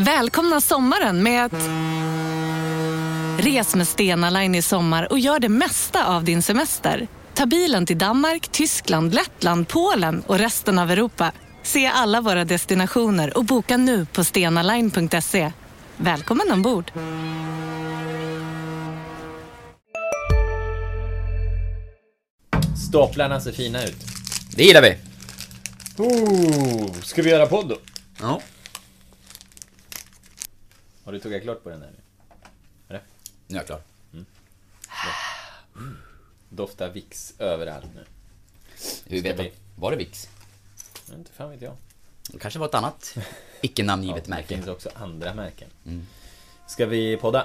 Välkomna sommaren med att... Res med Stena Line i sommar och gör det mesta av din semester. Ta bilen till Danmark, Tyskland, Lettland, Polen och resten av Europa. Se alla våra destinationer och boka nu på stenaline.se. Välkommen ombord! Staplarna ser fina ut. Det gillar vi. Ska vi göra podd då? Ja. Har du tagit klart på den här nu? Eller? Nu är jag klar. Doftar Vicks överallt nu. Hur vet du? Var det Vicks? Inte fan vet jag. Det kanske var ett annat icke-namngivet Det märke. finns också andra märken. Ska vi podda?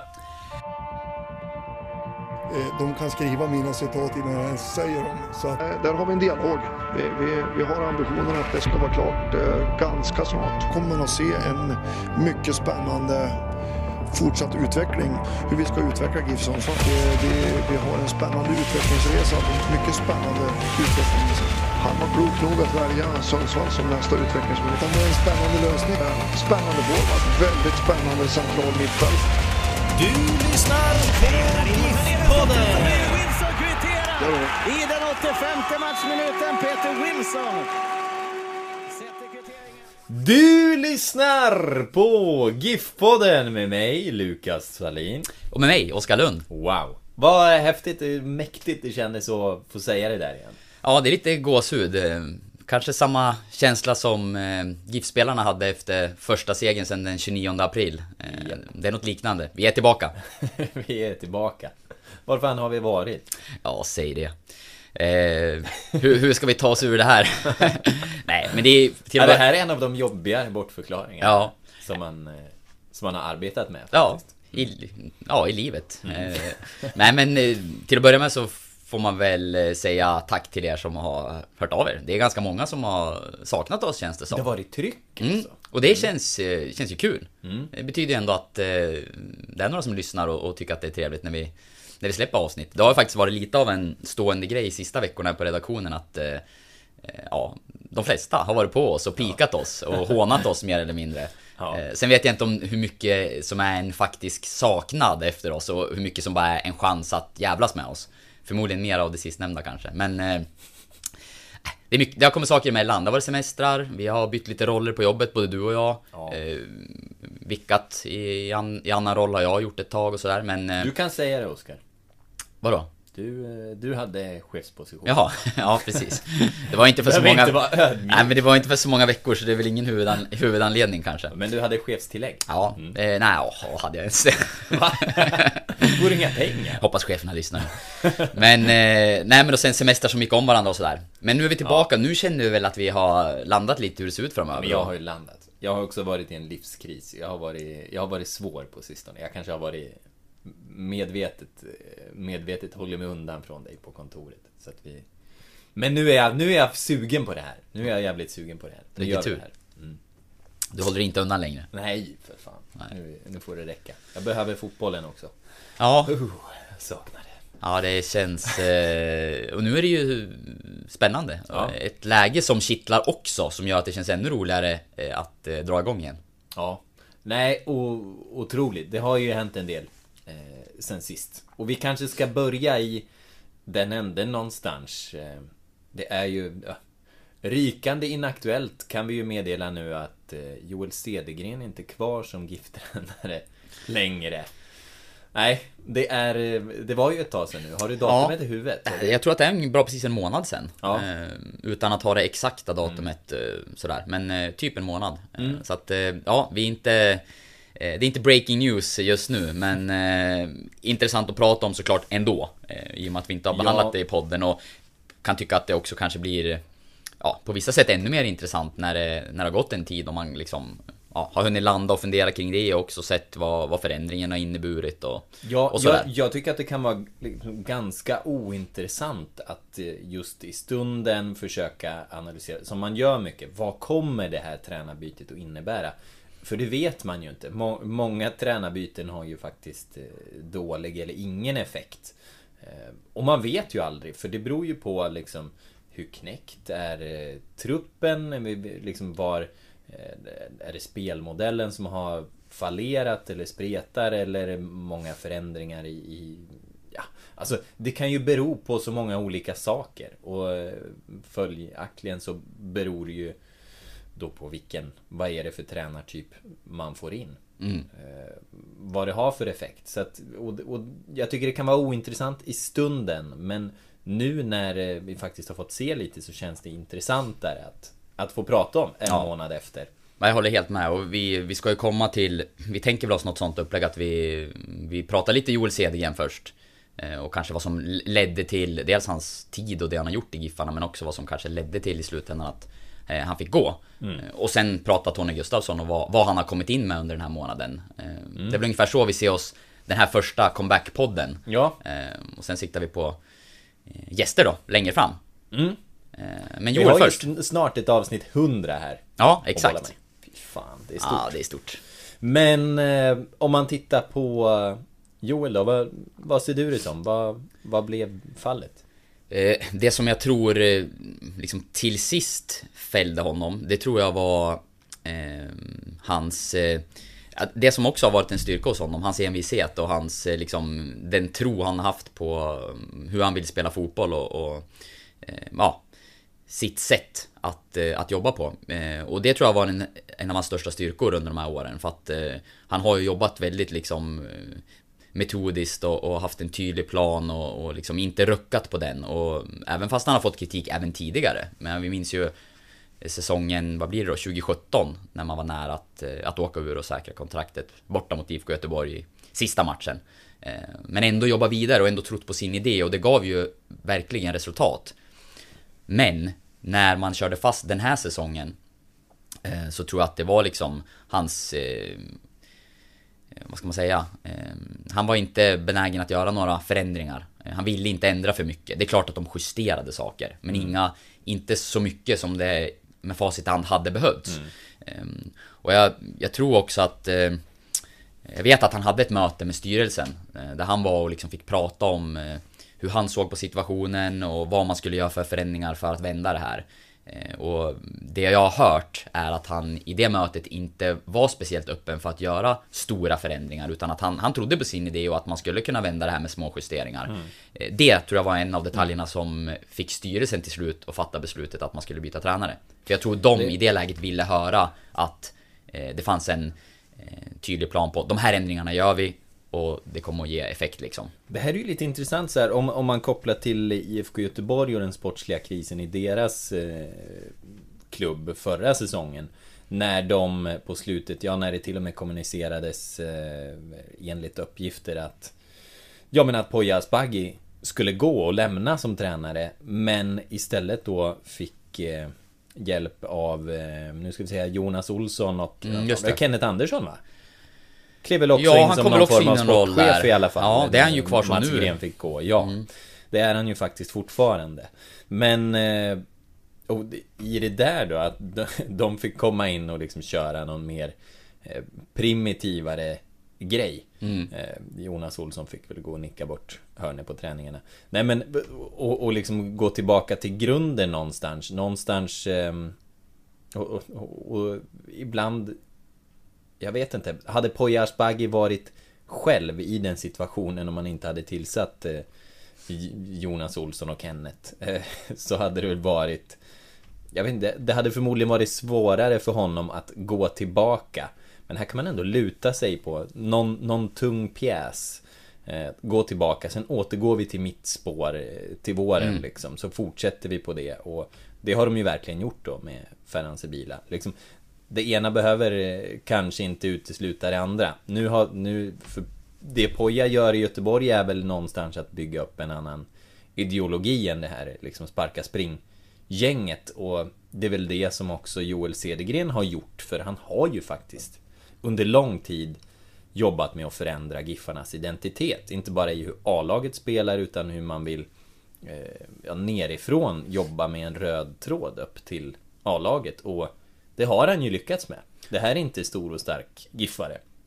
De kan skriva mina citat innan jag ens säger dem. Så att... Där har vi en dialog. Vi har ambitionen att det ska vara klart ganska snart. Kommer man att se en mycket spännande fortsatt utveckling. Hur vi ska utveckla GIF Sundsvall. Vi har en spännande utvecklingsresa. Mycket spännande utvecklingsresa. Han var klok nog att välja Sundsvall som nästa utvecklingsmöjlighet. Det är en spännande lösning. Spännande forward. Väldigt spännande central mittfält. Du lyssnar på GIF-podden. Wilson kvitterar i den 85:e matchminuten. Peter Wilson sätter kvitteringen. Du lyssnar på GIF-podden med mig, Lukas Salin. Och med mig, Oskar Lund. Wow. Vad häftigt och mäktigt det kändes att få säga det där igen. Ja, det är lite gåshud. Kanske samma känsla som GIF-spelarna hade efter första segern sedan den 29 april. Det är något liknande. Vi är tillbaka. Vi är tillbaka. Var fan har vi varit? Ja, säg det. Hur ska vi ta oss ur det här? Nej, men det är... Det här är en av de jobbiga bortförklaringarna. Ja. Som man har arbetat med. Ja, i livet. Nej, men till att börja med så får man väl säga tack till er som har hört av er. Det är ganska många som har saknat oss, känns det som. Det har varit tryck alltså. Och det känns ju kul. Det betyder ju ändå att det är några som lyssnar och tycker att det är trevligt när vi släpper avsnitt. Det har faktiskt varit lite av en stående grej sista veckorna på redaktionen att de flesta har varit på oss och pikat oss och hånat oss mer eller mindre. Ja. Sen vet jag inte om hur mycket som är en faktisk saknad efter oss och hur mycket som bara är en chans att jävlas med oss. Förmodligen mer av det sistnämnda kanske. Men det har kommit saker emellan. Det har varit semestrar. Vi har bytt lite roller på jobbet, både du och jag. Ja. Vickat i annan roll har jag gjort ett tag och sådär. Men Du kan säga det, Oskar. vadå? Du hade chefsposition. Jaha, ja precis. Det var inte för så Behöver många. inte vara ödmjuk. Nej, men det var inte för så många veckor, så det är väl ingen huvudanledning kanske. Men du hade chefstillägg. Ja, nej, hade jag ens det. Det går inga pengar. Hoppas cheferna lyssnar. Men nej, men och sen semester som gick om varandra och sådär. Men nu är vi tillbaka. Nu känner vi väl att vi har landat lite hur det ser ut framöver. Men jag har ju landat. Jag har också varit i en livskris. Jag har varit svår på sistone. Jag kanske har varit medvetet håller mig undan från dig på kontoret. Så att vi... Men nu är jag sugen på det här. Nu är jag jävligt sugen på det här. Vilket tur. Du håller inte undan längre. Nej, för fan. Nu får det räcka. Jag behöver fotbollen också. Ja. Jag saknar det. Ja, det känns... och nu är det ju spännande. Ja. Ett läge som kittlar också, som gör att det känns ännu roligare att dra igång igen. Ja. Nej, otroligt. Det har ju hänt en del sen sist. Och vi kanske ska börja i den änden någonstans. Det är ju rykande inaktuellt, kan vi ju meddela nu att Joel Cedergren inte är kvar som GIF-tränare längre. Nej, det var ju ett tag sedan nu. Har du datumet i huvudet? Jag tror att det är precis en månad sedan. Ja. Utan att ha det exakta datumet sådär. Men typ en månad. Så att ja, vi är inte... Det är inte breaking news just nu, men intressant att prata om såklart ändå. I och med att vi inte har behandlat det i podden, och kan tycka att det också kanske blir på vissa sätt ännu mer intressant när det har gått en tid och man liksom har hunnit landa och fundera kring det och också sett vad förändringen har inneburit och sådär. Jag tycker att det kan vara liksom ganska ointressant att just i stunden försöka analysera, som man gör mycket, vad kommer det här tränarbytet att innebära? För det vet man ju inte. Många tränarbyten har ju faktiskt dålig eller ingen effekt. Och man vet ju aldrig, för det beror ju på liksom hur knäckt är truppen, liksom var är det spelmodellen som har fallerat eller spretar, eller många förändringar i ja, alltså det kan ju bero på så många olika saker, och följaktligen så beror det ju då på vad är det för tränartyp man får in. Vad det har för effekt. Så att, och jag tycker det kan vara ointressant i stunden, men nu när vi faktiskt har fått se lite, så känns det intressantare att få prata om en månad efter. Jag håller helt med, och vi ska ju komma till, vi tänker väl oss något sånt upplägg att vi pratar lite Joel Cedergren först, och kanske vad som ledde till dels hans tid och det han har gjort i Giffarna, men också vad som kanske ledde till i slutändan att han fick gå. Och sen pratar Tony Gustafsson och vad han har kommit in med under den här månaden. Det är väl ungefär så vi ser oss den här första comeback-podden. Ja. Och sen siktar vi på gäster då, längre fram. Men vi Joel har först. Ju snart ett avsnitt 100 här. Ja, exakt. Fy fan, det är stort. Ja, det är stort. Men om man tittar på Joel då, vad ser du det som? Vad blev fallet? Det som jag tror liksom till sist fällde honom, det tror jag var hans det som också har varit en styrka hos honom, hans envishet och hans liksom den tro han har haft på hur han vill spela fotboll och ja, sitt sätt att jobba på. Och det tror jag var en av hans största styrkor under de här åren, för att han har ju jobbat väldigt liksom metodiskt och haft en tydlig plan och liksom inte ruckat på den, och även fast han har fått kritik även tidigare. Men vi minns ju säsongen, vad blir det då, 2017, när man var nära att åka ur och säkra kontraktet borta mot IFK Göteborg i sista matchen. Men ändå jobba vidare och ändå trott på sin idé, och det gav ju verkligen resultat. Men när man körde fast den här säsongen, så tror jag att det var liksom hans vad ska man säga, han var inte benägen att göra några förändringar. Han ville inte ändra för mycket. Det är klart att de justerade saker, men inte så mycket som det med facit i hand hade behövts. Och jag tror också att jag vet att han hade ett möte med styrelsen där han var och liksom fick prata om hur han såg på situationen och vad man skulle göra för förändringar för att vända det här. Och det jag har hört är att han i det mötet inte var speciellt öppen för att göra stora förändringar, utan att han trodde på sin idé och att man skulle kunna vända det här med små justeringar. Det tror jag var en av detaljerna som fick styrelsen till slut att fatta beslutet att man skulle byta tränare. För jag tror de i det läget ville höra att det fanns en tydlig plan på de här ändringarna gör vi, och det kommer att ge effekt liksom. Det här är ju lite intressant så här, om man kopplar till IFK Göteborg och den sportsliga krisen i deras klubb förra säsongen. När de på slutet, när det till och med kommunicerades enligt uppgifter att att Poya Asbaghi skulle gå och lämna som tränare, men istället då fick hjälp av nu ska vi säga Jonas Olsson och Kenneth Andersson, va? Klev väl också in som någon form av sportchef i alla fall. Ja, det är han ju kvar som Mats nu. Gren fick gå. Det är han ju faktiskt fortfarande. Men och i det där då, att de fick komma in och liksom köra någon mer primitivare grej. Jonas Olsson fick väl gå och nicka bort hörne på träningarna. Nej, men och liksom gå tillbaka till grunden någonstans och ibland, jag vet inte, hade Poya Asbaghi varit själv i den situationen, om man inte hade tillsatt Jonas Olsson och Kenneth, så hade det väl varit, jag vet inte, det hade förmodligen varit svårare för honom att gå tillbaka. Men här kan man ändå luta sig på någon tung pjäs, gå tillbaka, sen återgår vi till mitt spår till våren liksom, så fortsätter vi på det. Och det har de ju verkligen gjort då med Ferhan Sibila liksom. Det ena behöver kanske inte utesluta det andra. Nu för det Poya gör i Göteborg är väl någonstans att bygga upp en annan ideologi än det här liksom sparka spring-gänget. Och det är väl det som också Joel Cedergren har gjort, för han har ju faktiskt under lång tid jobbat med att förändra Giffarnas identitet. Inte bara i hur A-laget spelar, utan hur man vill nerifrån jobba med en röd tråd upp till A-laget. Och det har han ju lyckats med. Det här är inte stor och stark Giffare.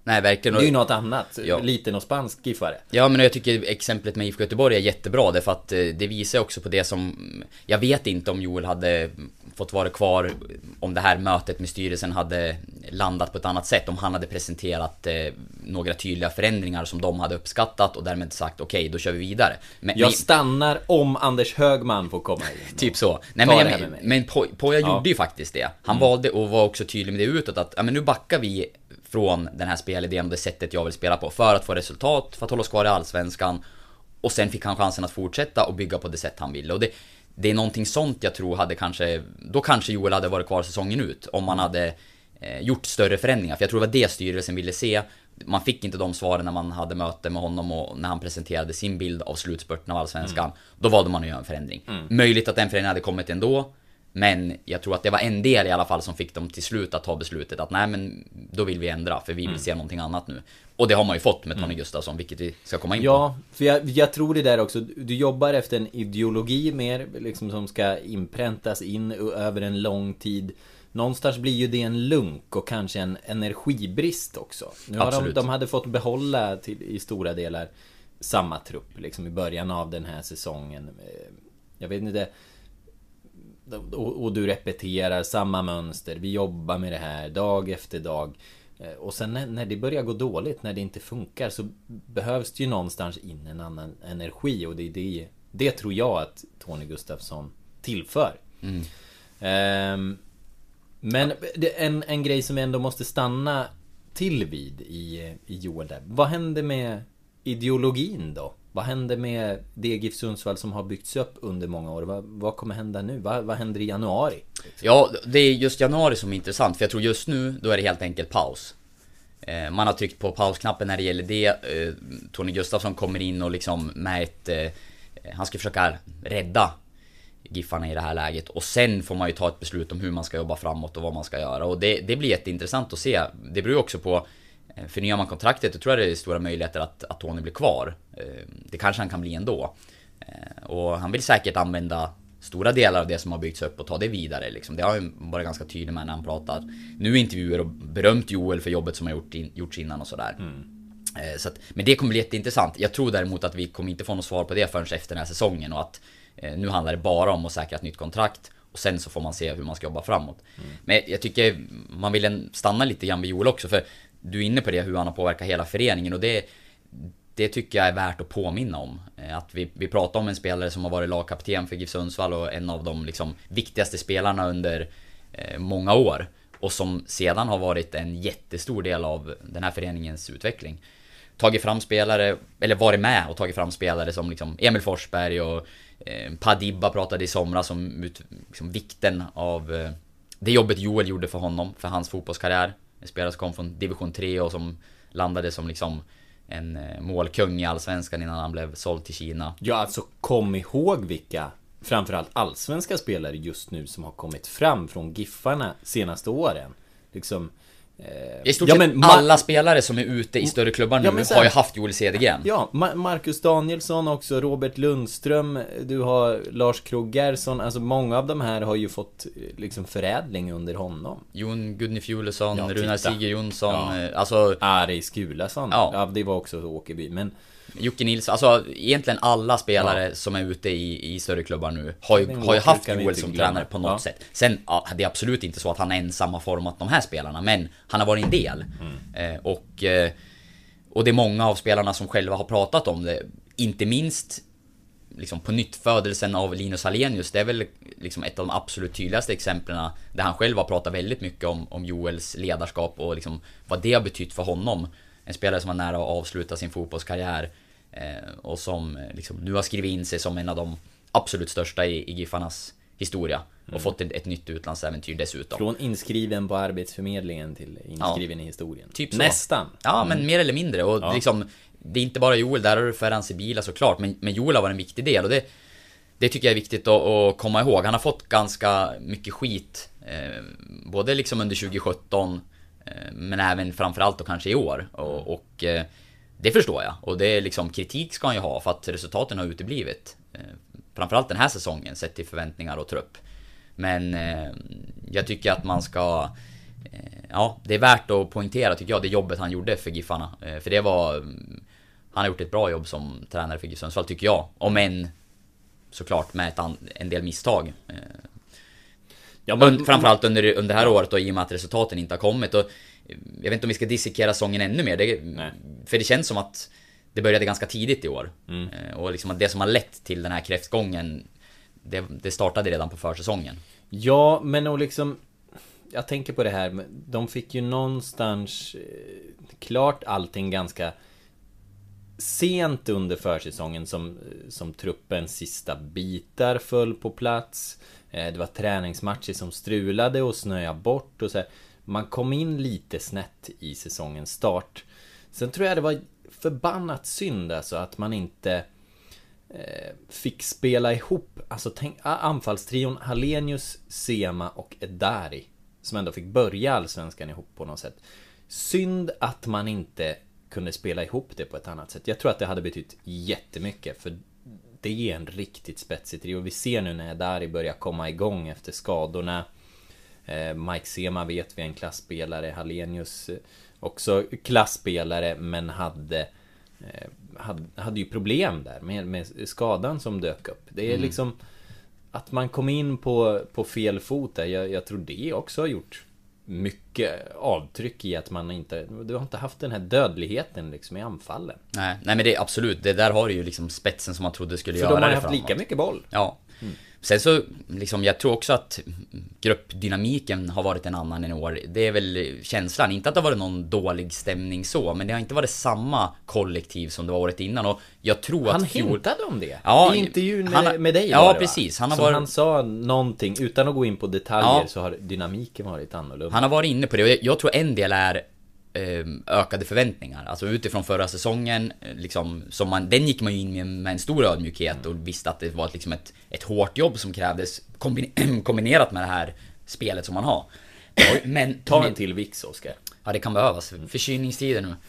Nej, verkligen. Det är ju något annat, Ja. liten och spansk giffare. Ja, men jag tycker exemplet med IFK Göteborg är jättebra, därför att det visar också på det som... Jag vet inte om Joel hade fått vara kvar, om det här mötet med styrelsen hade landat på ett annat sätt, om han hade presenterat några tydliga förändringar som de hade uppskattat och därmed sagt okej, då kör vi vidare. Jag stannar om Anders Högman får komma in. Typ så. Nej, men Poja gjorde ju faktiskt det. Han valde och var också tydlig med det utåt att ja, men nu backar vi från den här spelidén och det sättet jag vill spela på för att få resultat, för att hålla oss kvar i Allsvenskan. Och sen fick han chansen att fortsätta och bygga på det sätt han ville. Och det är någonting sånt jag tror hade kanske... Då kanske Joel hade varit kvar säsongen ut om man hade gjort större förändringar. För jag tror det var det styrelsen ville se. Man fick inte de svaren när man hade möte med honom och när han presenterade sin bild av slutspurten av Allsvenskan. Då valde man att göra en förändring. Möjligt att den förändringen hade kommit ändå. Men jag tror att det var en del i alla fall som fick dem till slut att ta beslutet att nej, men då vill vi ändra för vi vill se någonting annat nu. Och det har man ju fått med Tony Gustafsson, vilket vi ska komma in på. Ja, för jag tror det där också. Du jobbar efter en ideologi mer liksom, som ska inpräntas in över en lång tid. Någonstans blir ju det en lunk och kanske en energibrist också. Nu har de hade fått behålla i stora delar samma trupp liksom i början av den här säsongen. Jag vet inte. Och du repeterar samma mönster. Vi jobbar med det här dag efter dag. Och sen när det börjar gå dåligt, när det inte funkar, så behövs det ju någonstans in en annan energi. Och det tror jag att Tony Gustafsson tillför. Men en grej som vi ändå måste stanna till vid i Joel där. Vad händer med ideologin då? Vad händer med det GIF Sundsvall som har byggts upp under många år? Vad kommer hända nu? Vad händer i januari? Ja, det är just januari som är intressant. För jag tror just nu, då är det helt enkelt paus. Man har tryckt på pausknappen när det gäller det. Tony Gustafsson kommer in och liksom med han ska försöka rädda Giffarna i det här läget. Och sen får man ju ta ett beslut om hur man ska jobba framåt och vad man ska göra. Och det blir jätteintressant att se. Det beror ju också på, förnyar man kontraktet, då tror jag det är stora möjligheter att Tony blir kvar. Det kanske han kan bli ändå. Och han vill säkert använda stora delar av det som har byggts upp och ta det vidare liksom. Det har ju varit ganska tydligt med när han pratar nu i intervjuer och berömt Joel för jobbet som har gjorts innan och sådär. Så att, men det kommer bli jätteintressant. Jag tror däremot att vi kommer inte få något svar på det förrän efter den här säsongen och att nu handlar det bara om att säkra ett nytt kontrakt och sen så får man se hur man ska jobba framåt. Men jag tycker man vill stanna lite grann vid Joel också, för du är inne på det, hur han har påverkat hela föreningen, och det tycker jag är värt att påminna om. Att vi pratar om en spelare som har varit lagkapten för GIF Sundsvall och en av de liksom viktigaste spelarna under många år, och som sedan har varit en jättestor del av den här föreningens utveckling. Tagit fram spelare, eller varit med och tagit fram spelare som liksom Emil Forsberg och Padibba pratade i somras om liksom vikten av det jobbet Joel gjorde för honom, för hans fotbollskarriär. En spelare som kom från division 3 och som landade som liksom en målkung i Allsvenskan innan han blev såld till Kina. Ja, alltså kom ihåg vilka framförallt allsvenska spelare just nu som har kommit fram från Giffarna senaste åren. Liksom i stort sett alla spelare som är ute i större klubbar nu har ju haft Joel Cedergren. Ja, Marcus Danielsson också, Robert Lundström, du har Lars Krogh Gerson. Alltså många av de här har ju fått liksom förädling under honom. Jon Gudny Fjulesson, Runar Sigge Jonsson, alltså Ari Skulason. Ja, det var också Åkerby, men Jocke Nilsson, alltså egentligen alla spelare som är ute i större klubbar nu har ju haft Joel som tränare på något sätt. Sen, det är absolut inte så att han ensam har format de här spelarna, men han har varit en del. Och det är många av spelarna som själva har pratat om det. Inte minst liksom på nyttfödelsen av Linus Hallenius. Det är väl liksom ett av de absolut tydligaste exemplen där han själv har pratat väldigt mycket om Joels ledarskap och liksom vad det har betytt för honom. En spelare som var nära att avsluta sin fotbollskarriär och som liksom nu har skrivit in sig som en av de absolut största i Giffarnas historia och fått ett nytt utlandsäventyr dessutom. Från inskriven på Arbetsförmedlingen till inskriven i historien. Typ så. Nästan. Ja, men mer eller mindre. Och liksom, det är inte bara Joel, där har du Ferran Sibila såklart, men Joel har varit en viktig del, och det tycker jag är viktigt att komma ihåg. Han har fått ganska mycket skit både liksom under 2017 men även framförallt och kanske i år. Och det förstår jag. Och det är liksom, kritik ska han ju ha för att resultaten har uteblivit. Framförallt den här säsongen sett till förväntningar och trupp. Men jag tycker att man ska ja, det är värt att poängtera tycker jag, det jobbet han gjorde för Giffarna. För det var... Han har gjort ett bra jobb som tränare för GIF Sundsvall tycker jag. Om än såklart med en del misstag. Ja, men, framförallt under det här året och i och med att resultaten inte har kommit. Och jag vet inte om vi ska dissekera säsongen ännu mer. För det känns som att det började ganska tidigt i år. Och liksom att det som har lett till den här kräftgången, det startade redan på försäsongen. Ja, men och liksom... Jag tänker på det här. De fick ju någonstans klart allting ganska sent under försäsongen som truppens sista bitar föll på plats. Det var träningsmatcher som strulade och snöade bort och så här. Man kom in lite snett i säsongens start. Sen tror jag det var förbannat synd alltså att man inte fick spela ihop. Alltså tänk anfallstrion Hallenius, Sema och Edari som ändå fick börja allsvenskan ihop på något sätt. Synd att man inte kunde spela ihop det på ett annat sätt. Jag tror att det hade betytt jättemycket, för det är en riktigt spetsig trio. Vi ser nu när Edari börjar komma igång efter skadorna. Mike Sema vet vi är en klassspelare. Hallenius också klassspelare, men hade ju problem där med skadan som dök upp. Det är liksom att man kom in på fel fot där. Jag tror det också har gjort mycket avtryck i att du har inte haft den här dödligheten liksom i anfallen. Nej men det är absolut, det där har du ju liksom spetsen som man trodde skulle för göra det. För de har haft lika mycket boll. Ja. Sen så liksom, jag tror också att gruppdynamiken har varit en annan än i år. Det är väl känslan, inte att det har varit någon dålig stämning så, men det har inte varit samma kollektiv som det var året innan. Och jag tror han att hintade om det i intervjun med dig. Ja, precis. Han sa någonting, utan att gå in på detaljer, så har dynamiken varit annorlunda. Han har varit inne på det, och jag tror en del är ökade förväntningar. Alltså utifrån förra säsongen liksom, den gick man ju in med en stor ödmjukhet och visste att det var liksom ett hårt jobb som krävdes kombinerat med det här spelet som man har. Men ta en till Vix, Oskar. Ja, det kan behövas. Förkylningstider nu.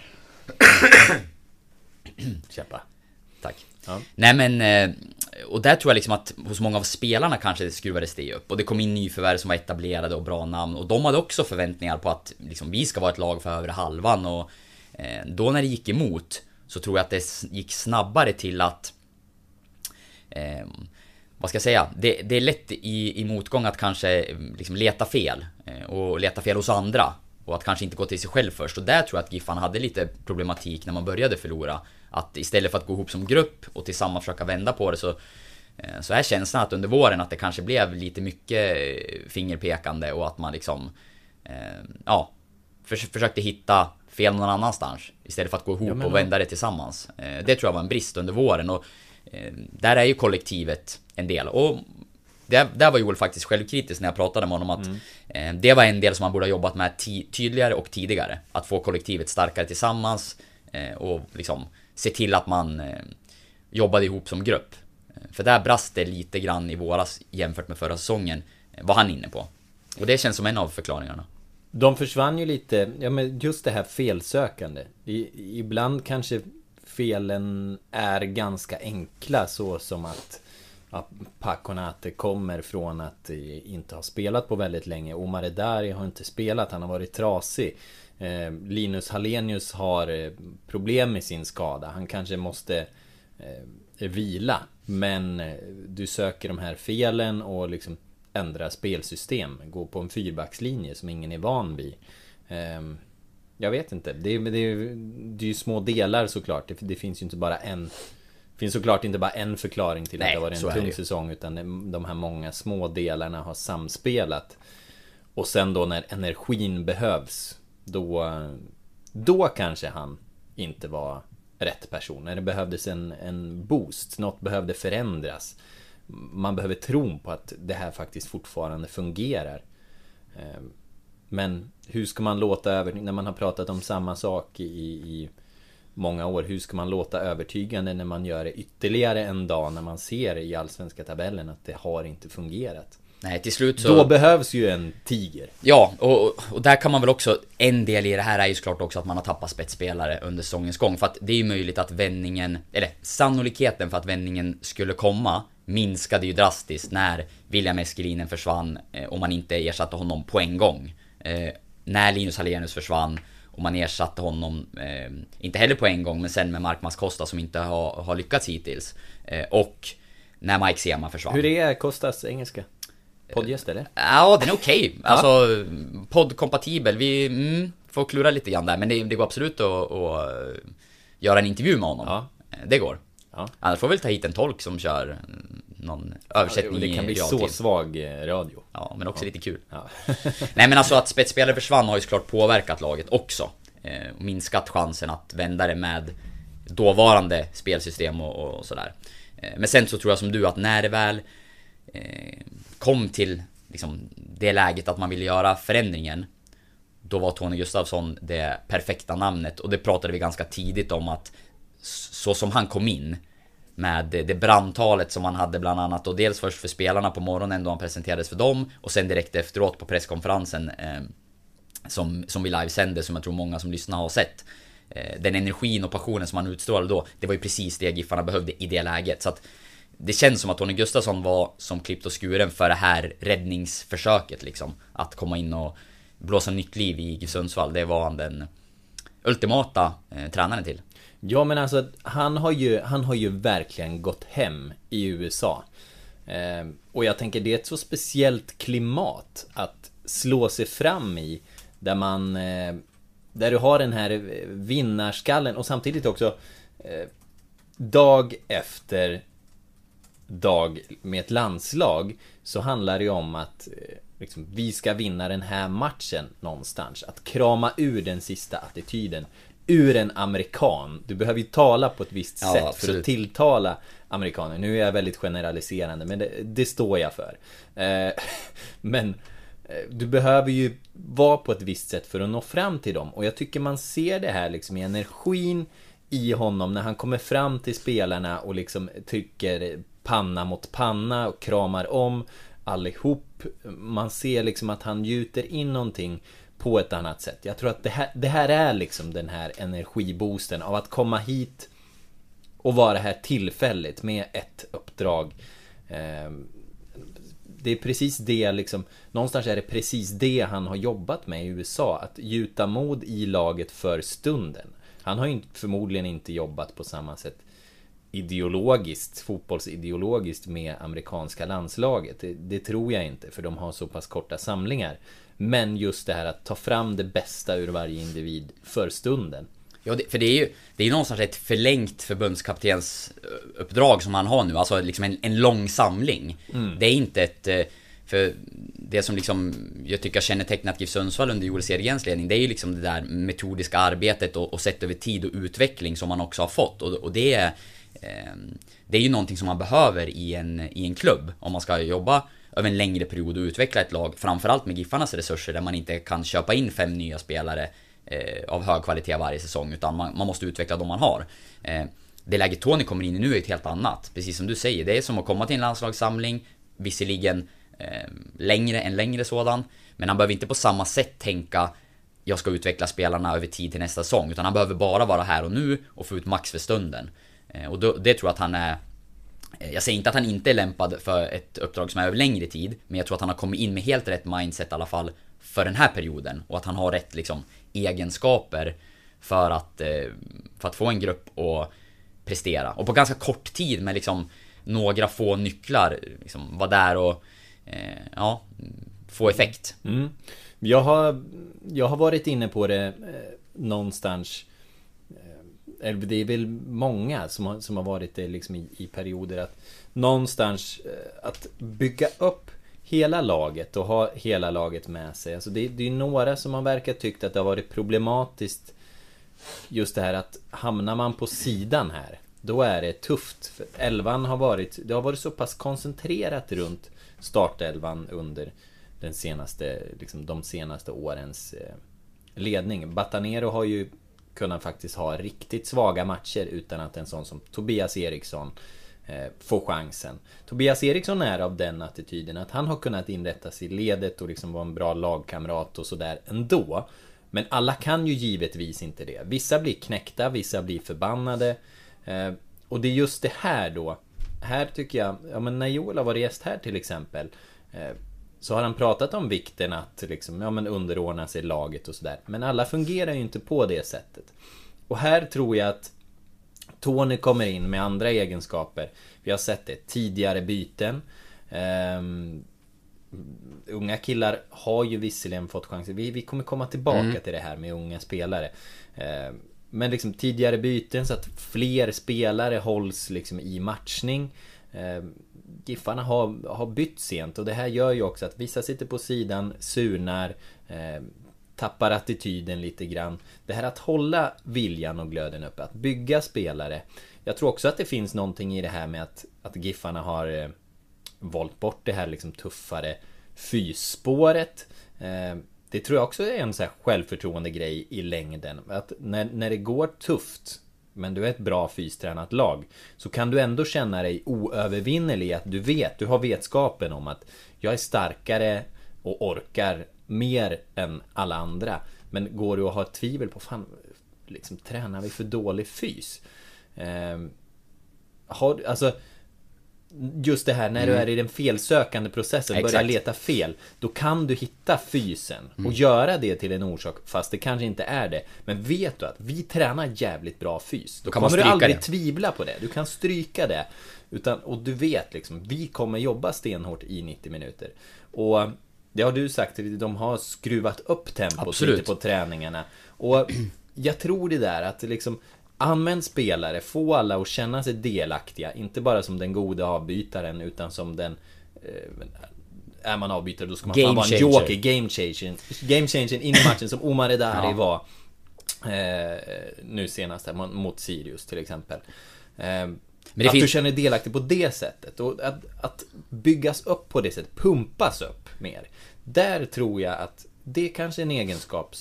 Kämpa. Tack. Ja. Nej men, och där tror jag liksom att hos många av spelarna kanske skruvades det upp. Och det kom in nyförvärv som var etablerade och bra namn. Och de hade också förväntningar på att liksom, vi ska vara ett lag för övre halvan. Och då när det gick emot så tror jag att det gick snabbare till att vad ska jag säga? Det är lätt i motgång att kanske liksom leta fel. Och leta fel hos andra. Och att kanske inte gå till sig själv först. Och där tror jag att Giffan hade lite problematik när man började förlora. Att istället för att gå ihop som grupp och tillsammans försöka vända på det, så är känslan att under våren att det kanske blev lite mycket fingerpekande och att man liksom försökte hitta fel någon annanstans istället för att gå ihop och vända det tillsammans. Det tror jag var en brist under våren, och där är ju kollektivet en del. Och där var Joel faktiskt självkritisk när jag pratade med honom att det var en del som man borde ha jobbat med tydligare och tidigare. Att få kollektivet starkare tillsammans och liksom se till att man jobbade ihop som grupp. För där brast det lite grann i våras jämfört med förra säsongen, var han inne på. Och det känns som en av förklaringarna. De försvann ju lite, men just det här felsökande. Ibland kanske felen är ganska enkla, så som att Paconate kommer från att inte ha spelat på väldigt länge. Omar Edari har inte spelat, han har varit trasig. Linus Hallenius har problem med sin skada. Han kanske måste vila. Men du söker de här felen och liksom ändra spelsystem. Gå på en fyrbackslinje som ingen är van vid. Jag vet inte. Det är ju små delar såklart. Det finns ju inte bara en. Det finns såklart inte bara en förklaring till att det var en tung säsong, utan de här många små delarna har samspelat. Och sen då när energin behövs, då kanske han inte var rätt person. När det behövdes en boost, något behövde förändras. Man behöver tro på att det här faktiskt fortfarande fungerar. Men hur ska man låta när man har pratat om samma sak i många år, hur ska man låta övertygande när man gör det ytterligare en dag, när man ser i allsvenska tabellen att det har inte fungerat? Nej, till slut så... Då behövs ju en tiger. Ja, och där kan man väl också... En del i det här är ju såklart också att man har tappat spetsspelare under säsongens gång. För att det är ju möjligt att vändningen... Eller sannolikheten för att vändningen skulle komma minskade ju drastiskt när William Eskelinen försvann och man inte ersatte honom på en gång. när Linus Hallenius försvann och man ersatte honom, inte heller på en gång, men sen med Mark Costa som inte har lyckats hittills. Och när Mike Sema försvann. Hur är Costas engelska? Poddgäst eller? Ja, den är okej. Alltså, poddkompatibel. Vi får klura lite grann där. Men det går absolut att göra en intervju med honom. Ja. Det går. Ja. Annars får vi väl ta hit en tolk som kör någon översättning. Det kan bli så svag radio. Ja, men också lite kul. Ja. Nej, men alltså att spetsspelare försvann har ju såklart påverkat laget också. Minskat chansen att vända det med dåvarande spelsystem och sådär. Men sen så tror jag som du att när det väl kom till liksom det läget att man ville göra förändringen, då var Tony Gustafsson det perfekta namnet. Och det pratade vi ganska tidigt om, att så som han kom in med det brandtalet som han hade bland annat, och dels först för spelarna på morgonen då han presenterades för dem, och sen direkt efteråt på presskonferensen som vi livesände, som jag tror många som lyssnar har sett. Den energin och passionen som han utstrålade då, det var ju precis det Giffarna behövde i det läget. Så att det känns som att Tony Gustafsson var som klippt och skuren för det här räddningsförsöket liksom. Att komma in och blåsa nytt liv i GIF Sundsvall. Det var han den ultimata tränaren till. Ja, men alltså han har ju verkligen gått hem i USA. Och jag tänker det är ett så speciellt klimat att slå sig fram i, där du har den här vinnarskallen och samtidigt också dag efter dag med ett landslag, så handlar det ju om att liksom, vi ska vinna den här matchen någonstans. Att krama ur den sista attityden ur en amerikan. Du behöver ju tala på ett visst sätt absolut. För att tilltala amerikaner. Nu är jag väldigt generaliserande, men det står jag för. Men du behöver ju vara på ett visst sätt för att nå fram till dem. Och jag tycker man ser det här liksom i energin i honom när han kommer fram till spelarna och liksom trycker panna mot panna och kramar om allihop. Man ser liksom att han gjuter in någonting på ett annat sätt. Jag tror att det här är liksom den här energiboosten av att komma hit och vara här tillfälligt med ett uppdrag. Det är precis det liksom, någonstans är det precis det han har jobbat med i USA, att gjuta mod i laget för stunden. Han har ju förmodligen inte jobbat på samma sätt ideologiskt, fotbollsideologiskt med amerikanska landslaget. Det tror jag inte, för de har så pass korta samlingar. Men just det här att ta fram det bästa ur varje individ för stunden. Ja, för det är ju någonstans ett förlängt förbundskaptens uppdrag som han har nu. Alltså liksom en lång samling. Det är inte ett... För det som liksom jag tycker kännetecknat GIF Sundsvall under Joel Cedergrens ledning, det är ju liksom det där metodiska arbetet och sett över tid och utveckling som man också har fått. Och det är ju någonting som man behöver i en klubb om man ska jobba över en längre period och utveckla ett lag, framförallt med Giffarnas resurser, där man inte kan köpa in 5 nya spelare av hög kvalitet varje säsong, utan man måste utveckla de man har. Det läget Tony kommer in i nu är ett helt annat. Precis som du säger, det är som att komma till en landslagssamling, visserligen en längre sådan, men han behöver inte på samma sätt tänka jag ska utveckla spelarna över tid till nästa säsong, utan han behöver bara vara här och nu och få ut max för stunden. Och det tror jag att han är. Jag säger inte att han inte är lämpad för ett uppdrag som är över längre tid, men jag tror att han har kommit in med helt rätt mindset i alla fall för den här perioden, och att han har rätt liksom egenskaper för att få en grupp att prestera, och på ganska kort tid med liksom några få nycklar liksom vara där och få effekt. Jag har varit inne på det någonstans. Det är väl många som har varit det liksom i perioder, att någonstans att bygga upp hela laget och ha hela laget med sig. Alltså det är några som har verkat tyckt att det har varit problematiskt, just det här att hamnar man på sidan här, då är det tufft. För elvan har varit så pass koncentrerat runt startelvan under de senaste årens ledning. Batanero har ju kunnat faktiskt ha riktigt svaga matcher utan att en sån som Tobias Eriksson får chansen. Tobias Eriksson är av den attityden att han har kunnat inrätta sig i ledet och liksom vara en bra lagkamrat och sådär ändå. Men alla kan ju givetvis inte det. Vissa blir knäckta, vissa blir förbannade. Och det är just det här då. Här tycker jag, men när Joel har varit gäst här till exempel, så har han pratat om vikten att liksom, underordna sig laget och sådär. Men alla fungerar ju inte på det sättet. Och här tror jag att Tony kommer in med andra egenskaper. Vi har sett det, tidigare byten. Unga killar har ju visserligen fått chanser. Vi kommer komma tillbaka till det här med unga spelare. Men liksom tidigare byten så att fler spelare hålls liksom i matchning. Giffarna har bytt sent och det här gör ju också att vissa sitter på sidan, surnar, tappar attityden lite grann. Det här att hålla viljan och glöden uppe, att bygga spelare. Jag tror också att det finns någonting i det här med att Giffarna har valt bort det här liksom tuffare fysspåret. Det tror jag också är en så här självförtroende grej i längden. Att när det går tufft, men du är ett bra fystränat lag, så kan du ändå känna dig oövervinnerlig. Att du har vetskapen om att jag är starkare och orkar mer än alla andra. Men går du och har tvivel på liksom, tränar vi för dålig fys? Just det här när du är i den felsökande processen, börjar leta fel, då kan du hitta fysen och göra det till en orsak, fast det kanske inte är det. Men vet du att vi tränar jävligt bra fys, då kommer du aldrig tvivla på det. Du kan stryka det och du vet liksom, vi kommer jobba stenhårt i 90 minuter. Och det har du sagt, de har skruvat upp tempot lite på träningarna. Och jag tror det där att liksom, använd spelare, få alla att känna sig delaktiga. Inte bara som den goda avbytaren, utan som den är man avbytare, då ska man vara en joker, game changer in i matchen, som Omar Edari var nu senast här, mot Sirius till exempel. Men att du känner delaktig på det sättet, och att byggas upp på det sättet, pumpas upp mer. Där tror jag att det kanske är en egenskap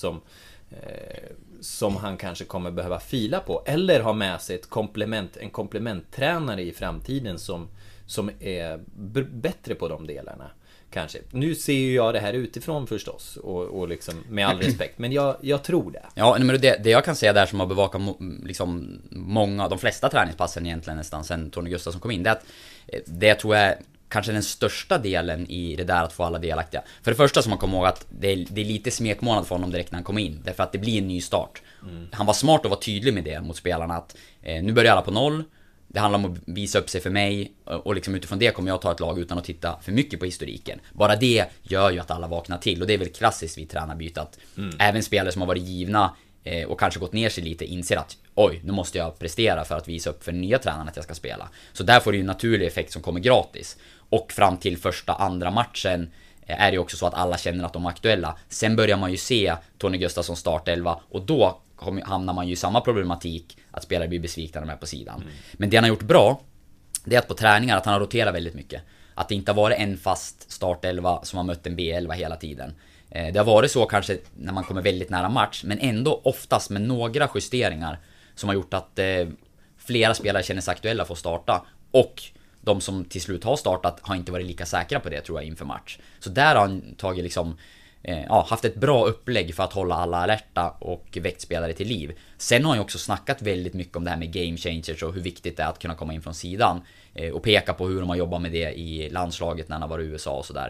som han kanske kommer behöva fila på, eller ha med sig en komplementtränare i framtiden som är bättre på de delarna kanske. Nu ser ju jag det här utifrån förstås, och liksom med all respekt, men jag tror det. Ja, men det jag kan säga där, som har bevakat liksom de flesta träningspassen egentligen nästan sen Tony Gustafsson kom in, det är att det jag tror är kanske den största delen i det där att få alla delaktiga. För det första, som man kommer ihåg, att det är lite smekmånad för honom direkt när han kom in, därför att det blir en ny start. Han var smart att vara tydlig med det mot spelarna, att nu börjar alla på 0. Det handlar om att visa upp sig för mig, och liksom utifrån det kommer jag ta ett lag utan att titta för mycket på historiken. Bara det gör ju att alla vaknar till, och det är väl klassiskt vid tränarbyte att även spelare som har varit givna och kanske gått ner sig lite inser att oj, nu måste jag prestera för att visa upp för nya tränarna att jag ska spela. Så där får det ju en naturlig effekt som kommer gratis. Och fram till andra matchen är det också så att alla känner att de är aktuella. Sen börjar man ju se Tony Gustafsson startelva, och då hamnar man ju i samma problematik, att spelare blir besvikna när de är på sidan. Men det han har gjort bra, det är att på träningar att han har roterat väldigt mycket. Att det inte har varit en fast startelva som har mött en B11 hela tiden. Det har varit så kanske när man kommer väldigt nära match, men ändå oftast med några justeringar som har gjort att flera spelare känner sig aktuella för att starta, och de som till slut har startat har inte varit lika säkra på det, tror jag, inför match. Så där har han tagit liksom, haft ett bra upplägg för att hålla alla alerta och väckt spelare till liv. Sen har han ju också snackat väldigt mycket om det här med game changers och hur viktigt det är att kunna komma in från sidan, och peka på hur de har jobbat med det i landslaget när han har varit i USA och sådär.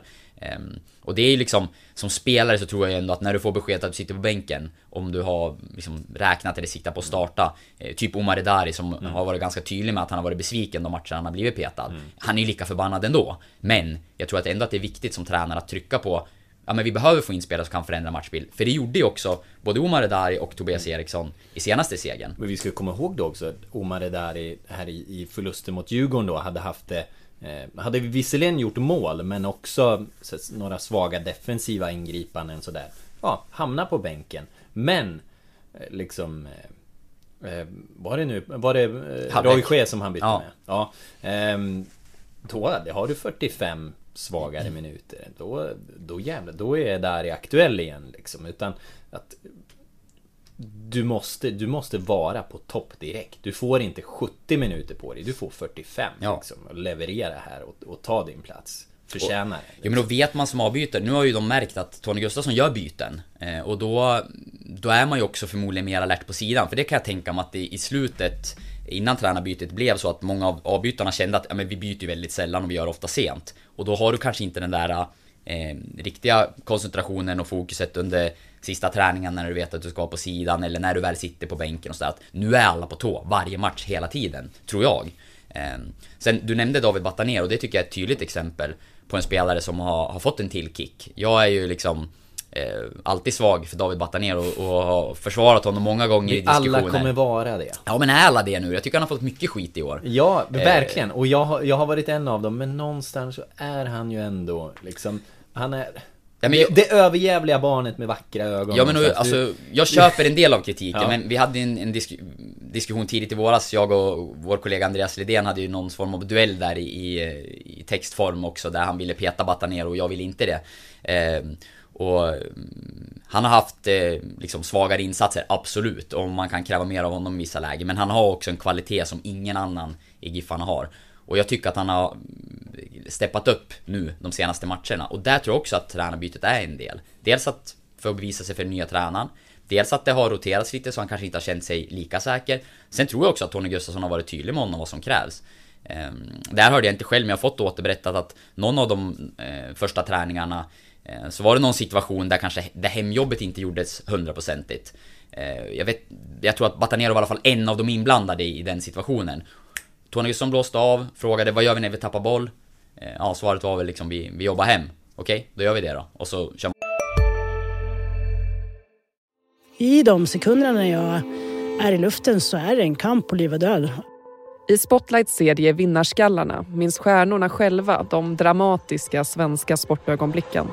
Och det är ju liksom, som spelare så tror jag ändå att när du får besked att du sitter på bänken, om du har liksom räknat eller siktat på att starta, typ Omar Edari som har varit ganska tydlig med att han har varit besviken de matcherna han har blivit petad. Han är ju lika förbannad ändå, men jag tror att ändå att det är viktigt som tränare att trycka på, ja, men vi behöver få in spelare som kan förändra matchbild. För det gjorde ju också både Omar Edari och Tobias Eriksson i senaste segern. Men vi ska komma ihåg då också att Omar Edari här i förlusten mot Djurgården då hade vi visserligen gjort mål, men också några svaga defensiva ingripanden sådär. Ja, hamna på bänken. Men liksom var det Roy Ske som han bytte med? Ja. Då har du 45 svagare minuter. Då är Edari aktuell igen liksom. Utan att du måste vara på topp direkt. Du får inte 70 minuter på dig. Du får 45 liksom, och leverera här och ta din plats. Förtjänar det. Ja, men då vet man som avbyter. Nu har ju de märkt att Tony Gustafsson gör byten. Och då är man ju också förmodligen mer alert på sidan. För det kan jag tänka mig att i slutet, innan tränarbytet blev så, att många av avbytarna kände att ja, men vi byter ju väldigt sällan och vi gör ofta sent. Och då har du kanske inte den där riktiga koncentrationen och fokuset under sista träningen när du vet att du ska vara på sidan eller när du väl sitter på bänken och sådär. Att nu är alla på tå varje match hela tiden, tror jag. Sen, du nämnde David Batanero och det tycker jag är ett tydligt exempel på en spelare som har fått en till kick. Jag är ju liksom alltid svag för David Batanero och har försvarat honom många gånger i diskussioner. Alla kommer vara det. Ja, men är alla det nu? Jag tycker han har fått mycket skit i år. Ja, verkligen. Och jag har varit en av dem, men någonstans så är han ju ändå liksom, han är... Ja, men det överjävliga barnet med vackra ögon. Ja, men alltså, jag köper en del av kritiken. Ja. Men vi hade en diskussion tidigt i våras. Jag och vår kollega Andreas Lidén hade ju någon form av duell där i textform också, där han ville peta Batanero och jag ville inte det. Och han har haft liksom svagare insatser, absolut, och man kan kräva mer av honom i vissa lägen. Men han har också en kvalitet som ingen annan i Giffarna har. Och jag tycker att han har steppat upp nu de senaste matcherna. Och där tror jag också att tränarbytet är en del. Dels att för att bevisa sig för den nya tränaren. Dels att det har roterats lite så han kanske inte har känt sig lika säker. Sen tror jag också att Tony Gustafsson har varit tydlig med honom vad som krävs. Där hörde jag inte själv, men jag har fått återberättat att någon av de första träningarna så var det någon situation där kanske det hemjobbet inte gjordes 100%. Jag tror att Batanero var i alla fall en av de inblandade i den situationen. Tony Gustafsson blåste av, frågade vad gör vi när vi tappar boll? Ja, svaret var väl liksom vi jobbar hem. Okej, då gör vi det då. Och så kör man. I de sekunderna när jag är i luften så är det en kamp på liv och död. I Spotlights serie Vinnarskallarna minns stjärnorna själva de dramatiska svenska sportögonblicken.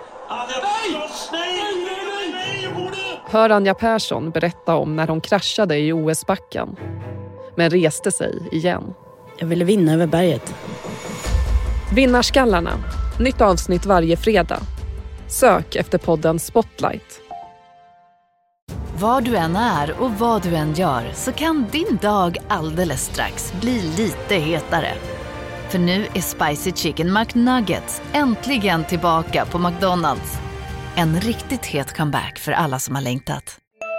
Hör Anja Persson berätta om när hon kraschade i OS-backen, men reste sig igen. Jag ville vinna över berget. Vinnarskallarna. Nytt avsnitt varje fredag. Sök efter podden Spotlight. Var du än är och vad du än gör så kan din dag alldeles strax bli lite hetare. För nu är Spicy Chicken McNuggets äntligen tillbaka på McDonald's. En riktigt het comeback för alla som har längtat.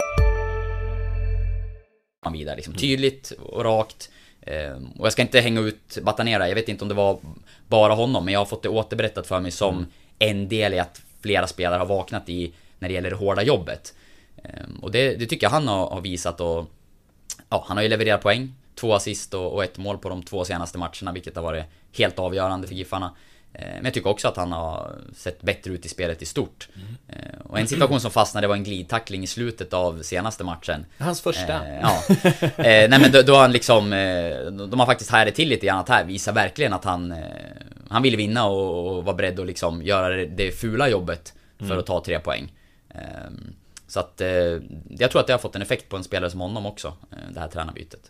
Vidare, liksom, tydligt och rakt. Och jag ska inte hänga ut Batanera. Jag vet inte om det var bara honom, men jag har fått det återberättat för mig som en del i att flera spelare har vaknat i när det gäller det hårda jobbet. Och det tycker jag han har visat. Och ja, han har ju levererat poäng, 2 assist och 1 mål på de 2 senaste matcherna, vilket har varit helt avgörande för Giffarna. Men jag tycker också att han har sett bättre ut i spelet i stort. Och en situation som fastnade var en glidtackling i slutet av senaste matchen. Hans första. Ja. Nej, men då han liksom, de har faktiskt hajat till lite grann att här visar verkligen att han ville vinna och var beredd att liksom göra det fula jobbet för att ta 3 poäng. Så att jag tror att det har fått en effekt på en spelare som honom också, det här tränarbytet.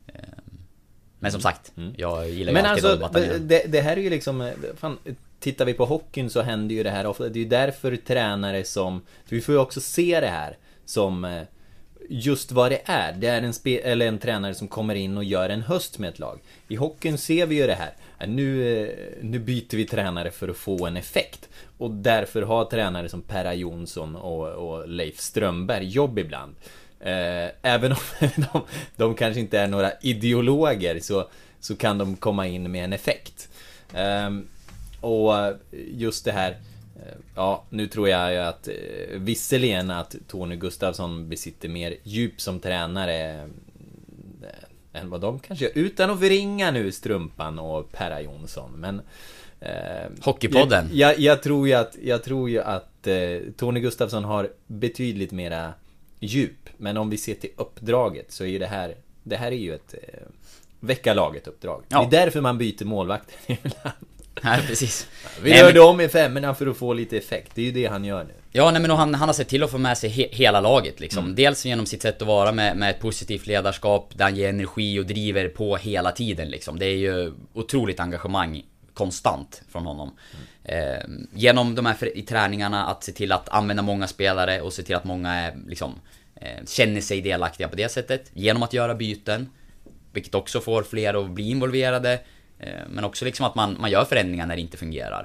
Men som sagt, jag gillar ju alltid alltså, det här är ju liksom, fan, tittar vi på hockeyn så händer ju det här ofta. Det är ju därför tränare som, vi får ju också se det här som just vad det är. Det är en tränare som kommer in och gör en höst med ett lag. I hockeyn ser vi ju det här. Nu byter vi tränare för att få en effekt. Och därför har tränare som Perra Jonsson och Leif Strömberg jobb ibland. Även om de kanske inte är några ideologer så kan de komma in med en effekt. Och just det här, ja, nu tror jag att visserligen att Tony Gustafsson besitter mer djup som tränare än vad de kanske gör, utan att förringa nu Strumpan och Perra Jonsson, men Hockeypodden. Jag tror ju att Tony Gustafsson har betydligt mera djup, men om vi ser till uppdraget så är det här är ju ett väckarlaget uppdrag. Ja. Det är därför man byter målvakt ibland. Ja, precis. Vi rörde om i 5:orna för att få lite effekt. Det är ju det han gör nu. Ja, nej, men han har sett till att få med sig hela laget liksom. Dels genom sitt sätt att vara med ett positivt ledarskap där han ger energi och driver på hela tiden liksom. Det är ju otroligt engagemang konstant från honom. Genom de här i träningarna att se till att använda många spelare och se till att många är, liksom, känner sig delaktiga på det sättet. Genom att göra byten, vilket också får fler att bli involverade. Men också liksom att man gör förändringar när det inte fungerar.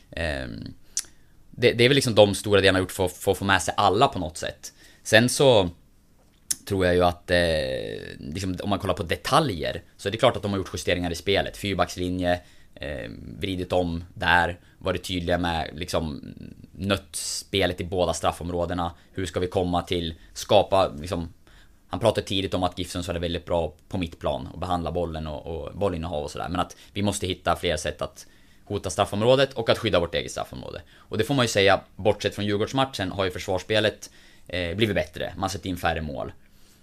Det är väl liksom de stora delarna gjort för att få med sig alla på något sätt. Sen så tror jag ju att liksom, om man kollar på detaljer så är det klart att de har gjort justeringar i spelet. 4-backslinje, vridit om där varit tydliga med liksom nött spelet i båda straffområdena. Hur ska vi komma till skapa liksom, han pratade tidigt om att GIF var väldigt bra på mittplan och behandla bollen och bollinnehav och sådär, men att vi måste hitta fler sätt att hota straffområdet och att skydda vårt eget straffområde. Och det får man ju säga, bortsett från Djurgårdsmatchen har ju försvarsspelet blivit bättre. Man sätter in färre mål.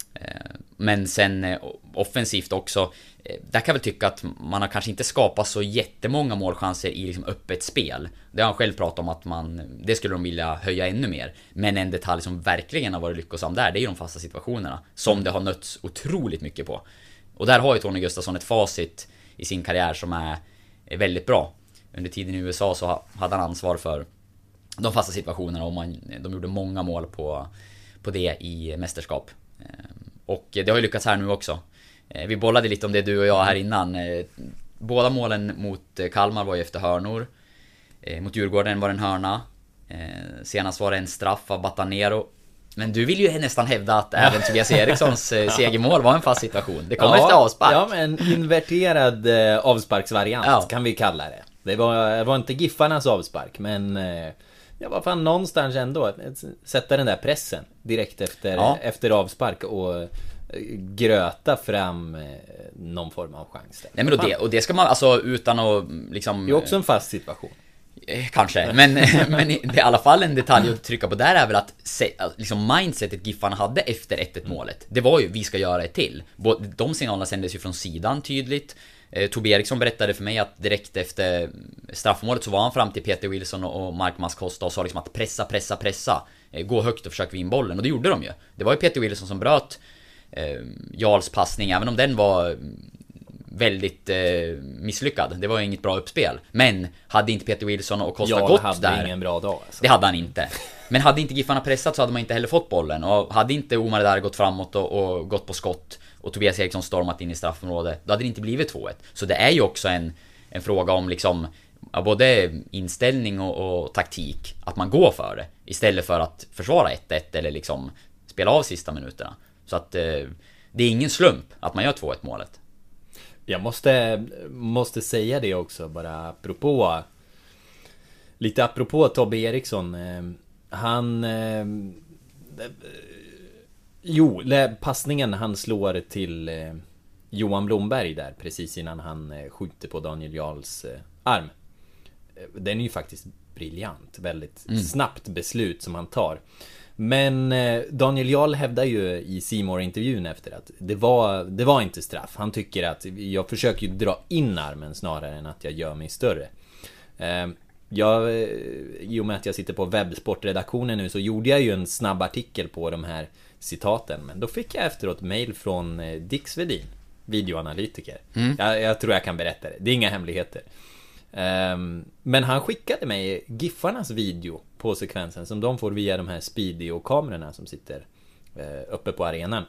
Men sen offensivt också, där kan jag väl tycka att man har kanske inte skapat så jättemånga målchanser i liksom öppet spel. Det har han själv pratat om att det skulle de vilja höja ännu mer. Men en detalj som verkligen har varit lyckosam där, det är ju de fasta situationerna som det har nötts otroligt mycket på. Och där har ju Tony Gustafsson ett facit i sin karriär som är väldigt bra. Under tiden i USA så hade han ansvar för de fasta situationerna och de gjorde många mål på det i mästerskap. Och det har ju lyckats här nu också. Vi bollade lite om det du och jag här innan. Båda målen mot Kalmar var ju efter hörnor. Mot Djurgården var det en hörna. Senast var det en straff av Batanero. Men du vill ju nästan hävda att även Tobias Erikssons segermål var en fast situation. Det kom efter avspark. Ja, men inverterad avsparksvariant kan vi kalla det. Det var inte Giffarnas avspark, men jag var fan någonstans ändå att sätta den där pressen direkt efter avspark och gröta fram någon form av chans. Nej, men och det ska man alltså utan att liksom... Det är också en fast situation. Kanske, men det är i alla fall en detalj att trycka på där är väl att liksom mindsetet Giffarna hade efter 1-1 målet. Det var ju, vi ska göra ett till. De signalerna sändes ju från sidan tydligt. Tobbe Eriksson berättade för mig att direkt efter straffmålet så var han fram till Peter Wilson och Mark Mascosta och sa liksom att pressa. Gå högt och försök vinna bollen. Och det gjorde de ju. Det var ju Peter Wilson som bröt Jarls passning, även om den var väldigt misslyckad. Det var ju inget bra uppspel. Men hade inte Peter Wilson och Costa gått där... hade ingen bra dag alltså. Det hade han inte. Men hade inte Giffarna pressat så hade man inte heller fått bollen. Och hade inte Omar där gått framåt och gått på skott och Tobias Eriksson stormat in i straffområdet, då hade det inte blivit 2-1. Så det är ju också en fråga om liksom både inställning och taktik. Att man går för det istället för att försvara 1-1 eller liksom spela av sista minuterna. Så att det är ingen slump att man gör 2-1 målet. Jag måste säga det också, bara apropå Tobbe Eriksson. Passningen han slår till Johan Blomberg där precis innan han skjuter på Daniel Jarls arm. Den är ju faktiskt briljant. Väldigt snabbt beslut som han tar. Men Daniel Jarl hävdar ju i C-More-intervjun efter att det var inte straff. Han tycker att jag försöker ju dra in armen snarare än att jag gör mig större. I och med att jag sitter på webbsportredaktionen nu så gjorde jag ju en snabb artikel på de här citaten. Men då fick jag efteråt mail från Dick Svedin, videoanalytiker. Jag tror jag kan berätta det. Det är inga hemligheter. Men han skickade mig Giffarnas video på sekvensen som de får via de här Speedio-kamerorna som sitter uppe på arenan.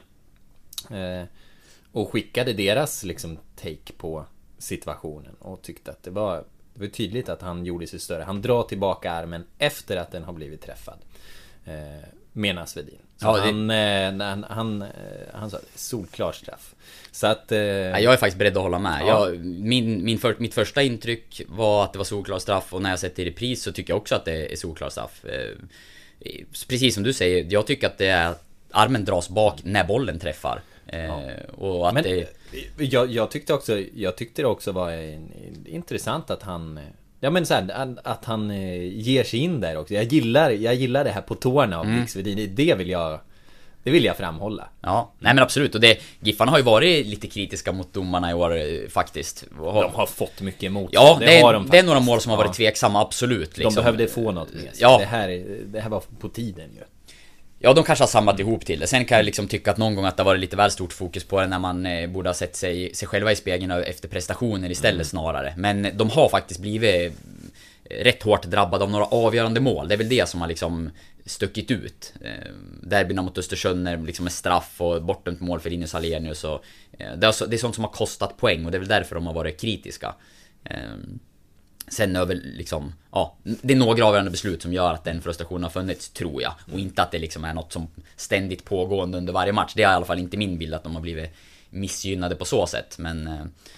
Och skickade deras liksom take på situationen och tyckte att det var tydligt att han gjorde sig större. Han drar tillbaka armen efter att den har blivit träffad. Menar Svedin. Så han sa solklar straff. Så att jag är faktiskt beredd att hålla med. Ja. Mitt första intryck var att det var solklar straff, och när jag sett det i repris så tycker jag också att det är solklar straff. Precis som du säger, jag tycker att det är armen dras bak när bollen träffar. Och att men jag tyckte det också var intressant att han att han ger sig in där också. Jag gillar det här på tårna av Dick Svedin. Det vill jag framhålla. Ja, nej men absolut. Och Giffarna har ju varit lite kritiska mot domarna i år faktiskt. De har fått mycket emot. Ja, det är några mål som har varit tveksamma, absolut liksom. De behövde få något med sig. Ja. Det här var på tiden ju. Ja, de kanske har samlat ihop till det. Sen kan jag liksom tycka att någon gång att det har varit lite väl stort fokus på det när man borde ha sett sig själva i spegeln efter prestationer istället snarare. Men de har faktiskt blivit rätt hårt drabbade av några avgörande mål. Det är väl det som har liksom stuckit ut. Derbyn mot Östersund är liksom ett straff och bortdömt mål för Linus Alenius. Det är sånt som har kostat poäng, och det är väl därför de har varit kritiska. Sen över liksom, det är några avgörande beslut som gör att den frustrationen har funnits, tror jag. Och inte att det liksom är något som ständigt pågående under varje match. Det är i alla fall inte min bild att de har blivit missgynnade på så sätt. Men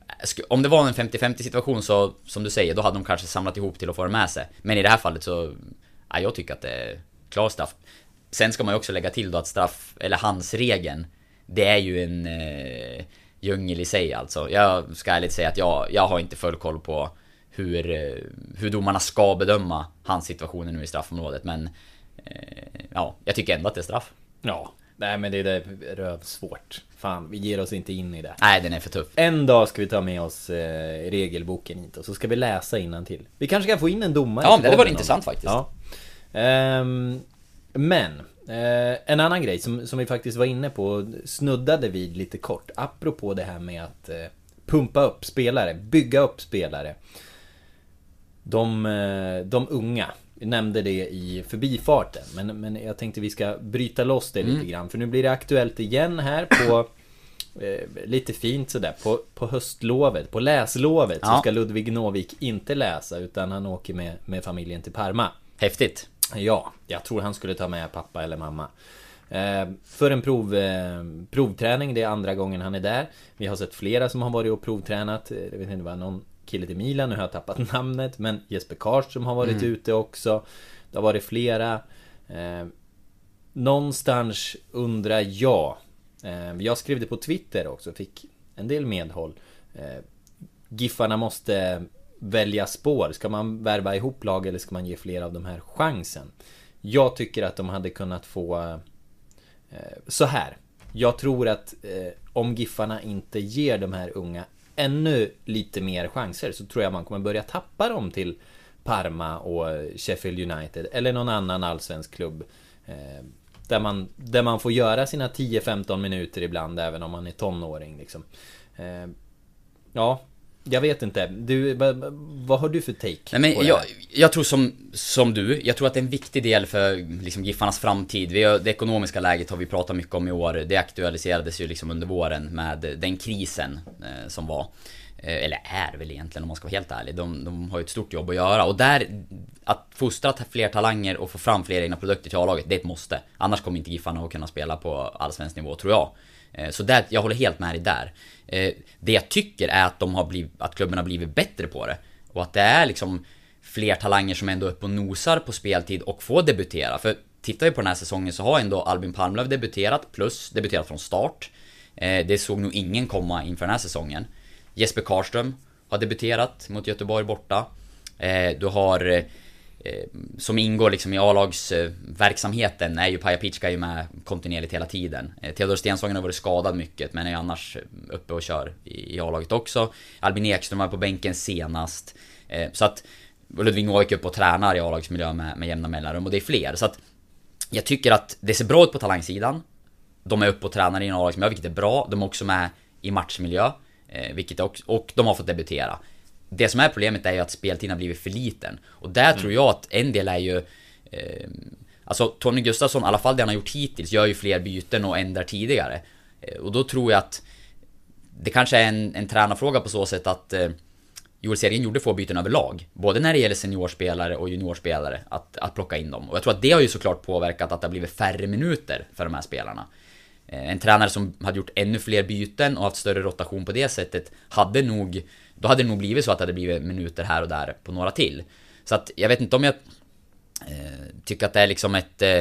Om det var en 50-50 situation så, som du säger, då hade de kanske samlat ihop till att få det med sig. Men i det här fallet så, ja, jag tycker att det är klar straff. Sen ska man ju också lägga till då att straff, eller handsregeln, det är ju en djungel i sig alltså. Jag ska ärligt säga att jag har inte full koll på hur domarna ska bedöma hans situationen nu i straffområdet. Men ja, jag tycker ändå att det är straff. Ja, nej men det är rövsvårt. Fan, vi ger oss inte in i det. Nej, den är för tuff. En dag ska vi ta med oss regelboken hit och så ska vi läsa innantill. Vi kanske kan få in en domare. Ja, det var intressant faktiskt. Ja. Men en annan grej som vi faktiskt var inne på, snuddade vid lite kort, apropå det här med att pumpa upp spelare, bygga upp spelare. De unga, vi nämnde det i förbifarten, men jag tänkte vi ska bryta loss det lite grann, för nu blir det aktuellt igen här på lite fint sådär på höstlovet, på läslovet, så ska Ludvig Novik inte läsa, utan han åker med familjen till Parma. Häftigt. Ja, jag tror han skulle ta med pappa eller mamma för en provträning. Det är andra gången han är där. Vi har sett flera som har varit och provtränat. Jag vet inte vad, någon kille till Milan, nu har jag tappat namnet, men Jesper Karlström har varit ute också. Det har varit flera. Någonstans undrar jag skrev det på Twitter också, fick en del medhåll. Giffarna måste välja spår. Ska man värva ihop lag eller ska man ge fler av de här chansen? Jag tycker att de hade kunnat få så här. Jag tror att om Giffarna inte ger de här unga ännu lite mer chanser, så tror jag man kommer börja tappa dem till Parma och Sheffield United eller någon annan allsvensk klubb där man får göra sina 10-15 minuter ibland, även om man är tonåring liksom. Ja, jag vet inte. Vad har du för take? Nej, men jag tror som du. Jag tror att det är en viktig del för liksom Giffarnas framtid. Det ekonomiska läget har vi pratat mycket om i år. Det aktualiserades ju liksom under våren med den krisen som var. Eller är väl egentligen, om man ska vara helt ärlig. De har ju ett stort jobb att göra. Och där, att fostra fler talanger och få fram fler egna produkter till A-laget, det är ett måste. Annars kommer inte Giffarna att kunna spela på allsvensk nivå, tror jag. Så där, jag håller helt med dig där. Det jag tycker är att att klubben har blivit bättre på det. Och att det är liksom fler talanger som ändå är uppe och nosar på speltid och får debutera. För tittar vi på den här säsongen så har ändå Albin Palmlöv debuterat, plus debuterat från start. Det såg nog ingen komma inför den här säsongen. Jesper Karlström har debuterat mot Göteborg borta. Du har som ingår liksom i A-lagsverksamheten är ju Paja Pitska ju med kontinuerligt hela tiden. Theodor Stenshagen har varit skadad mycket, men är annars uppe och kör i A-laget också. Albin Ekström var på bänken senast. Så att Ludvig Novik upp och tränar i A-lagsmiljö med jämna mellanrum, och det är fler. Så att jag tycker att det ser bra ut på talangsidan. De är uppe och tränar i en A-lagsmiljö, vilket är bra. De är också med i matchmiljö, vilket också, och de har fått debutera. Det som är problemet är ju att speltiden har blivit för liten. Och där tror jag att en del är ju alltså Tony Gustafsson, i alla fall det han har gjort hittills, gör ju fler byten och ändrar tidigare. Och då tror jag att det kanske är en tränarfråga på så sätt att Joel Sergen gjorde få byten överlag, både när det gäller seniorspelare och juniorspelare, att plocka in dem. Och jag tror att det har ju såklart påverkat att det har blivit färre minuter för de här spelarna. En tränare som hade gjort ännu fler byten och haft större rotation på det sättet hade nog blivit så att det hade blivit minuter här och där på några till. Så att jag vet inte om jag tycker att det är liksom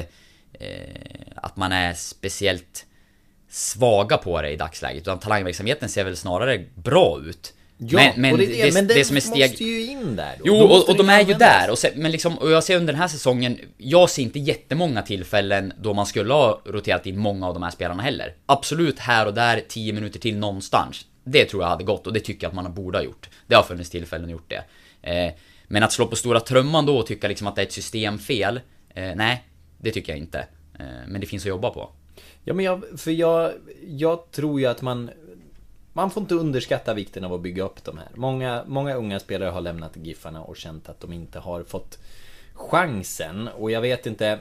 att man är speciellt svaga på det i dagsläget, utan talangverksamheten ser väl snarare bra ut. Ja, men det som är steg måste ju in där då. Jo, och de är ju där. Men liksom, och jag ser under den här säsongen, jag ser inte jättemånga tillfällen då man skulle ha roterat in många av de här spelarna heller. Absolut här och där 10 minuter till någonstans. Det tror jag hade gått, och det tycker jag att man borde ha gjort. Det har funnits tillfällen att gjort det. Men att slå på stora trumman då och tycka liksom att det är ett systemfel, nej, det tycker jag inte. Men det finns att jobba på. Ja, men jag tror ju att man får inte underskatta vikten av att bygga upp de här. Många unga spelare har lämnat Giffarna och känt att de inte har fått chansen. Och jag vet inte,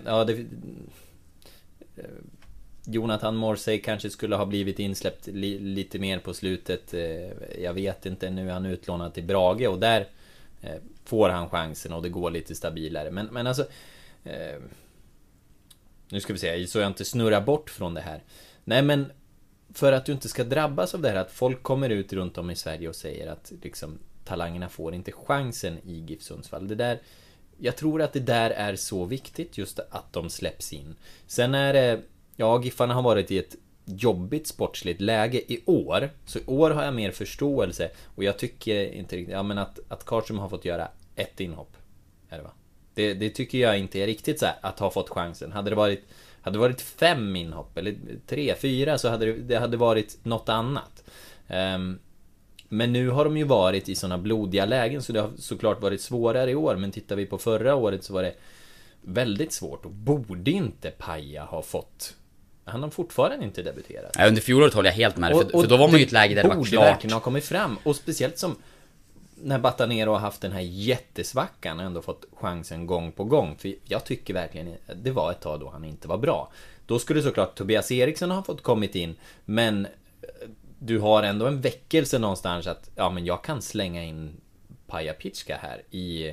Jonathan Morsey kanske skulle ha blivit insläppt lite mer på slutet. Jag vet inte, nu är han utlånad till Brage och där får han chansen och det går lite stabilare. Men alltså, nu ska vi se, så jag inte snurrar bort från det här. Nej, men för att du inte ska drabbas av det här att folk kommer ut runt om i Sverige och säger att liksom, talangerna får inte chansen i GIF Sundsvall. Det där, jag tror att det där är så viktigt, just att de släpps in. Sen är det, Giffarna har varit i ett jobbigt sportsligt läge i år. Så i år har jag mer förståelse. Och jag tycker inte riktigt, men att Karlsson har fått göra ett inhopp. Är det va? Det tycker jag inte är riktigt så här, att ha fått chansen. Hade det varit 5 inhopp eller 3, 4 så hade det hade varit något annat. Men nu har de ju varit i såna blodiga lägen, så det har såklart varit svårare i år. Men tittar vi på förra året så var det väldigt svårt. Och borde inte Paja ha fått... Han har fortfarande inte debuterat. Under fjolåret håller jag helt med. För då var man ju i ett läge där det var klart. Borde verkligen ha kommit fram. Och speciellt som när Batanero har haft den här jättesvackan och ändå fått chansen gång på gång. För jag tycker verkligen det var ett tag då han inte var bra. Då skulle såklart Tobias Eriksson ha fått kommit in. Men du har ändå en väckelse någonstans att men jag kan slänga in Paja Pitschka här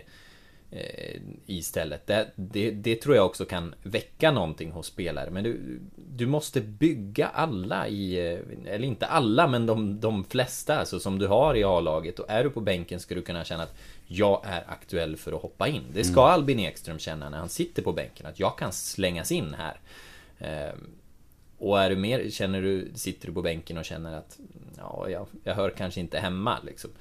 istället. Det tror jag också kan väcka någonting hos spelare. Men du måste bygga alla eller inte alla, men de flesta alltså, som du har i A-laget. Och är du på bänken ska du kunna känna att jag är aktuell för att hoppa in. Det ska Albin Ekström känna när han sitter på bänken, att jag kan slängas in här. Och är du mer, sitter du på bänken och känner att jag hör kanske inte hemma liksom.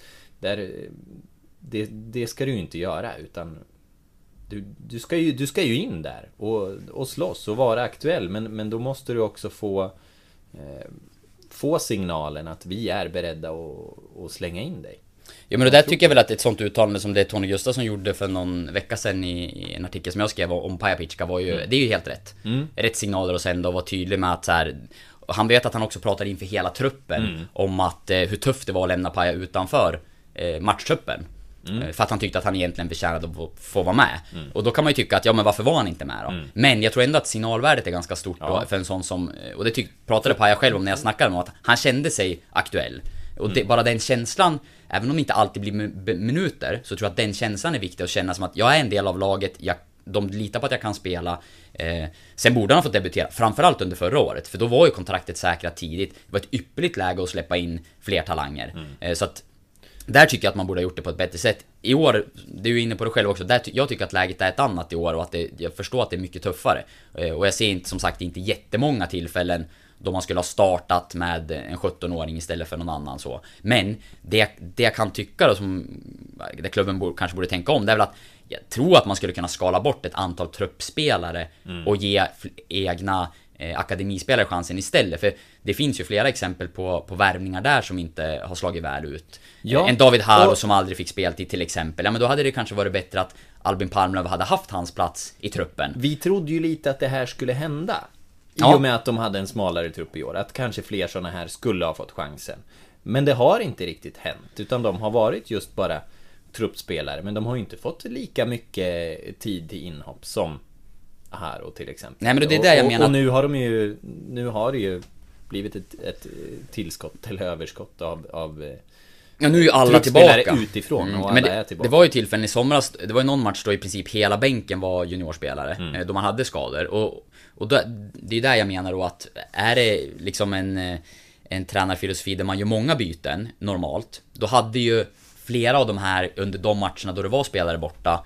Det ska du ju inte göra, utan du ska ju in där och slåss och vara aktuell, men då måste du också få signalen att vi är beredda att slänga in dig. Ja, men det där tycker jag väl att ett sånt uttalande som det Tony Gustafsson gjorde för någon vecka sedan i en artikel som jag skrev om Paja Pitschka var ju, det är ju helt rätt. Rätt signaler och sen då vara tydlig med att så här, han vet att han också pratar inför hela truppen om att hur tufft det var att lämna Paja utanför matchtruppen. För att han tyckte att han egentligen förtjänade att få vara med. Och då kan man ju tycka att men varför var han inte med då? Men jag tror ändå att signalvärdet är ganska stort då, för en sån som, och det pratade Paja själv om när jag snackade om, att han kände sig aktuell. Och bara den känslan, även om det inte alltid blir minuter, så tror jag att den känslan är viktig, att känna som att jag är en del av laget, de litar på att jag kan spela. Sen borde han ha fått debutera, framförallt under förra året, för då var ju kontraktet säkrat tidigt. Det var ett ypperligt läge att släppa in fler talanger. Så att där tycker jag att man borde ha gjort det på ett bättre sätt. I år, det är ju inne på det själv också, jag tycker att läget är ett annat i år, och att jag förstår att det är mycket tuffare. Och jag ser inte, som sagt, inte jättemånga tillfällen då man skulle ha startat med en 17-åring istället för någon annan så. Men det jag kan tycka då, som det klubben kanske borde tänka om, det är väl att jag tror att man skulle kunna skala bort ett antal truppspelare och ge egna akademispelare chansen istället. För det finns ju flera exempel på värvningar där som inte har slagit väl ut. En David Haro som aldrig fick speltid till exempel. Men då hade det kanske varit bättre att Albin Palmlöv hade haft hans plats i truppen. Vi trodde ju lite att det här skulle hända i och med att de hade en smalare trupp i år. Att kanske fler sådana här skulle ha fått chansen. Men det har inte riktigt hänt, utan de har varit just bara truppspelare. Men de har ju inte fått lika mycket tid till inhopp som Haro till exempel. Nej, men det är det jag menar. Och nu har det ju blivit ett tillskott eller överskott av nu är ju alla tillbaka utifrån och alla men är tillbaka. Det var ju tillfällen i somras, det var ju någon match då i princip hela bänken var juniorspelare då man hade skador, och då, det är där jag menar då att är det liksom en tränarfilosofi där man gör många byten normalt, då hade ju flera av de här under de matcherna då det var spelare borta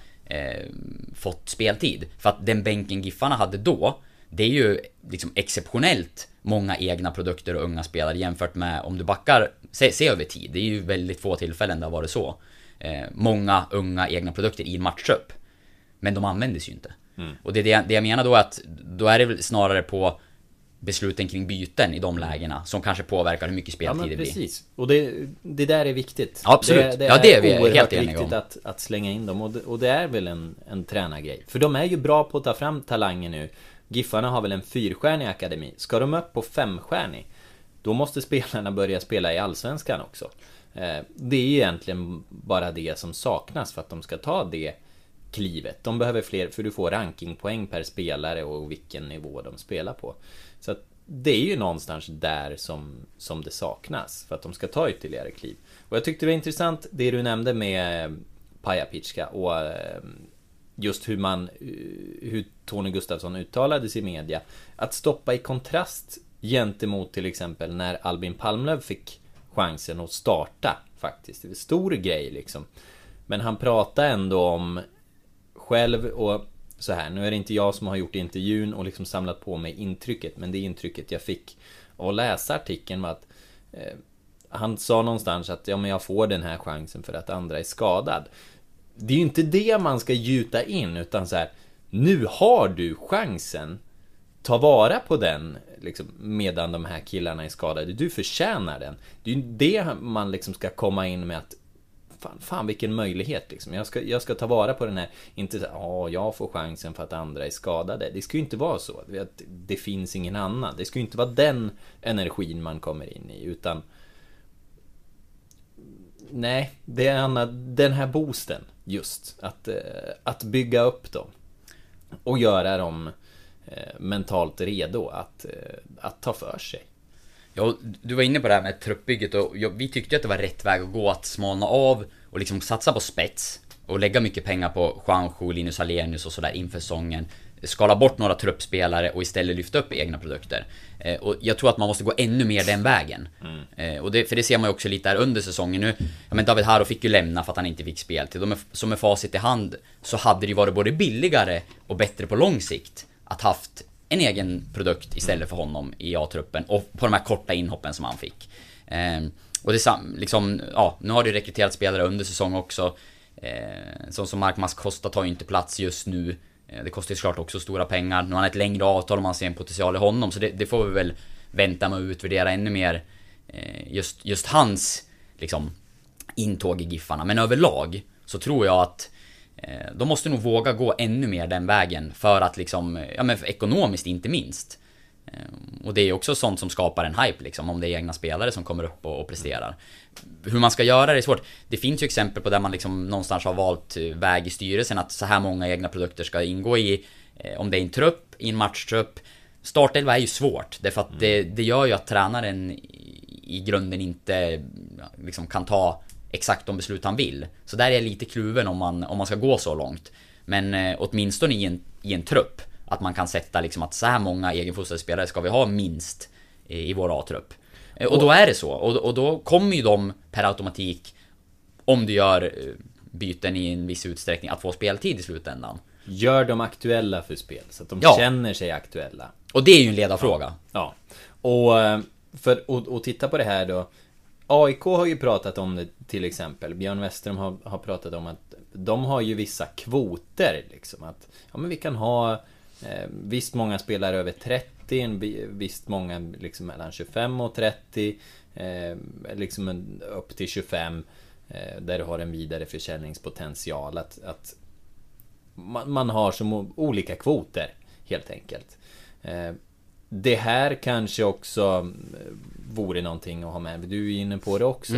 fått speltid. För att den bänken Giffarna hade då, det är ju liksom exceptionellt många egna produkter och unga spelare jämfört med om du backar, se över tid. Det är ju väldigt få tillfällen där var det så. Många unga egna produkter i en matchup. Men de användes ju inte. Och det jag menar då är att då är det väl snarare på besluten kring byten i de lägena som kanske påverkar hur mycket speltid det blir. Precis. Och det där är viktigt. Absolut. Det är vi helt eniga viktigt om. att slänga in dem. Och det är väl en tränargrej. För de är ju bra på att ta fram talanger nu. Giffarna har väl en 4-stjärnig akademi. Ska de upp på 5-stjärnig, då måste spelarna börja spela i Allsvenskan också. Det är egentligen bara det som saknas för att de ska ta det klivet. De behöver fler, för du får rankingpoäng per spelare och vilken nivå de spelar på. Så att det är ju någonstans där som det saknas för att de ska ta ytterligare kliv. Och jag tyckte det var intressant det du nämnde med Paja Pitschka och just hur Tony Gustafsson uttalades i media. Att stoppa i kontrast gentemot till exempel när Albin Palmlöv fick chansen att starta faktiskt. Det är en stor grej liksom. Men han pratade ändå om själv och så här, nu är det inte jag som har gjort intervjun och liksom samlat på mig intrycket, men det intrycket jag fick att läsa artikeln var att han sa någonstans att ja, men jag får den här chansen för att andra är skadad. Det är ju inte det man ska gjuta in, utan så här, nu har du chansen, ta vara på den liksom, medan de här killarna är skadade. Du förtjänar den. Det är ju det man liksom ska komma in med, att fan vilken möjlighet liksom. Jag ska ta vara på den här. Inte så jag får chansen för att andra är skadade. Det ska ju inte vara så. Det finns ingen annan. Det ska ju inte vara den energin man kommer in i, utan nej, det är den här boosten just. Att bygga upp dem och göra dem mentalt redo att ta för sig. Ja, du var inne på det här med truppbygget och vi tyckte att det var rätt väg att gå, att smalna av och liksom satsa på spets och lägga mycket pengar på Juanjo, Linus Alenius och sådär inför säsongen. Skala bort några truppspelare och istället lyfta upp egna produkter. Och jag tror att man måste gå ännu mer den vägen. Och för det ser man ju också lite här under säsongen nu. Ja, men David Haro fick ju lämna för att han inte fick speltid. Så med facit i hand så hade det ju varit både billigare och bättre på lång sikt att haft en egen produkt istället för honom i A-truppen och på de här korta inhoppen som han fick. Och det liksom, ja, nu har det rekryterat spelare under säsong också. Som Mark Mascosta tar ju inte plats just nu. Det kostar ju såklart också stora pengar. Nu har han ett längre avtal om man ser en potential i honom, så det får vi väl vänta med att utvärdera ännu mer. Just hans liksom intåg i Giffarna. Men överlag så tror jag att de måste nog våga gå ännu mer den vägen för att liksom, ja men ekonomiskt inte minst. Och det är också sånt som skapar en hype liksom, om det är egna spelare som kommer upp och presterar. Hur man ska göra det är svårt. Det finns ju exempel på där man liksom någonstans har valt väg i styrelsen att så här många egna produkter ska ingå i, om det är en trupp, i en matchtrupp. Startelva är ju svårt, därför att det gör ju att tränaren i grunden inte liksom kan ta exakt de beslut han vill. Så där är jag lite kluven om man ska gå så långt. Men åtminstone i en trupp att man kan sätta liksom att så här många egenfostrade spelare ska vi ha minst i vår A-trupp. Och då är det så. Och då kommer ju de per automatik, om du gör byten i en viss utsträckning, att få speltid i slutändan. Gör dem aktuella för spel, så att de känner sig aktuella. Och det är ju en ledarfråga. Ja. Och för att titta på det här då, AIK har ju pratat om det till exempel. Björn Westerholm har pratat om att de har ju vissa kvoter liksom, att ja, men vi kan ha visst många spelare över 30, visst många liksom mellan 25 och 30, liksom upp till 25, där du har en vidare försäljningspotential, att man har som olika kvoter helt enkelt. Det här kanske också vore någonting att ha med. Du är inne på det också.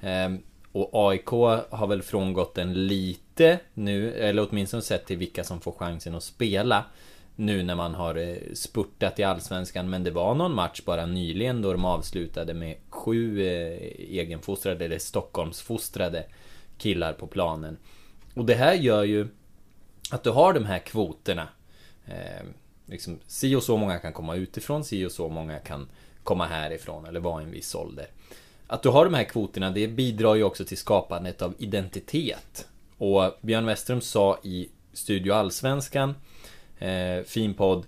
Och AIK har väl frångått den lite nu, eller åtminstone sett till vilka som får chansen att spela nu när man har spurtat i Allsvenskan. Men det var någon match bara nyligen då de avslutade med 7 egenfostrade eller Stockholmsfostrade killar på planen. Och det här gör ju att du har de här kvoterna. Liksom, si och så många kan komma utifrån, si och så många kan komma härifrån eller vara i en viss ålder. Att du har de här kvoterna, det bidrar ju också till skapandet av identitet. Och Björn Westerholm sa i Studio Allsvenskan, fin podd,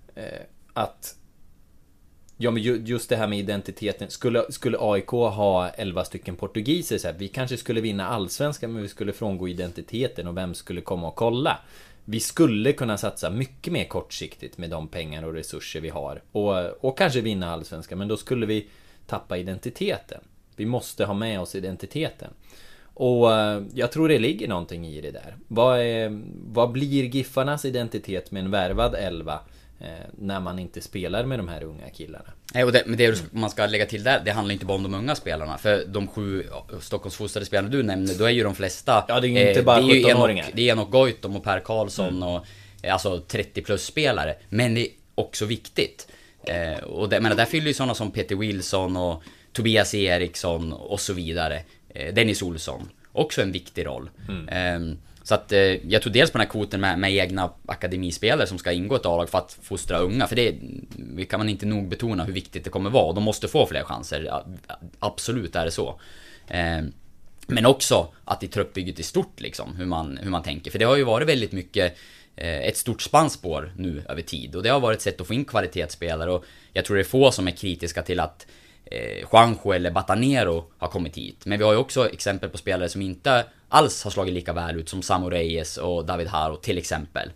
att ja, men just det här med identiteten, skulle AIK ha 11 stycken portugiser så här, vi kanske skulle vinna Allsvenskan, men vi skulle frångå identiteten, och vem skulle komma och kolla? Vi skulle kunna satsa mycket mer kortsiktigt med de pengar och resurser vi har och kanske vinna Allsvenskan, men då skulle vi tappa identiteten. Vi måste ha med oss identiteten. Och jag tror det ligger någonting i det där. Vad blir Giffarnas identitet med en värvad 11 när man inte spelar med de här unga killarna? Nej, och det man ska lägga till där, det handlar inte bara om de unga spelarna. För de 7 Stockholmsfostrade spelarna du nämnde, då är ju de flesta, ja, det är ju inte bara 17-åringar. Det är Enok Goitom och Per Karlsson och alltså 30 plus spelare. Men det är också viktigt. Och där fyller ju sådana som Peter Wilson och Tobias Eriksson och så vidare. Dennis Olsson, också en viktig roll. Så att jag tror dels på den här kvoten med egna akademispelare som ska ingå ett A-lag för att fostra unga. För det kan man inte nog betona hur viktigt det kommer vara. De måste få fler chanser. Absolut är det så. Men också att i truppbygget i stort liksom, hur man tänker. För det har ju varit väldigt mycket ett stort spanspår nu över tid. Och det har varit ett sätt att få in kvalitetsspelare. Och jag tror det är få som är kritiska till att Juanjo eller Batanero har kommit hit. Men vi har ju också exempel på spelare som inte alls har slagit lika väl ut som Samu Reyes och David Haro till exempel.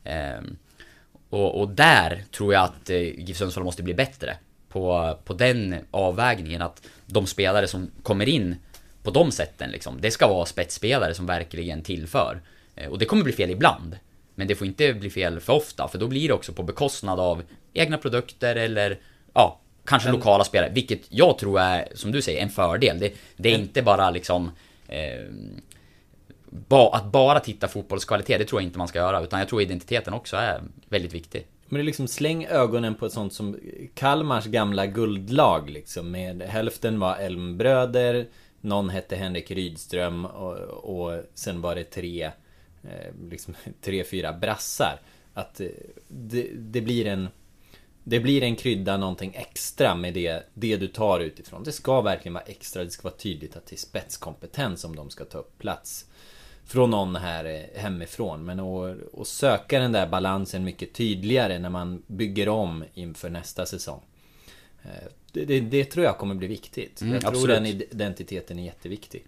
Och där tror jag att GIF Sundsvall måste bli bättre på den avvägningen, att de spelare som kommer in på de sätten liksom, det ska vara spetsspelare som verkligen tillför. Och det kommer bli fel ibland, men det får inte bli fel för ofta, för då blir det också på bekostnad av egna produkter eller kanske lokala spelare, vilket jag tror är, som du säger, en fördel. Det är inte bara liksom att bara titta fotbollskvalitet, det tror jag inte man ska göra, utan jag tror identiteten också är väldigt viktig. Men det är liksom, släng ögonen på ett sånt som Kalmars gamla guldlag liksom, med hälften var Elmbröder, någon hette Henrik Rydström och sen var det 3-4 brassar. Att det blir en krydda, någonting extra med det du tar utifrån. Det ska verkligen vara extra, det ska vara tydligt att det är spetskompetens om de ska ta upp plats från någon här hemifrån. Men att söka den där balansen mycket tydligare när man bygger om inför nästa säsong. Det tror jag kommer bli viktigt. Jag tror den identiteten är jätteviktig.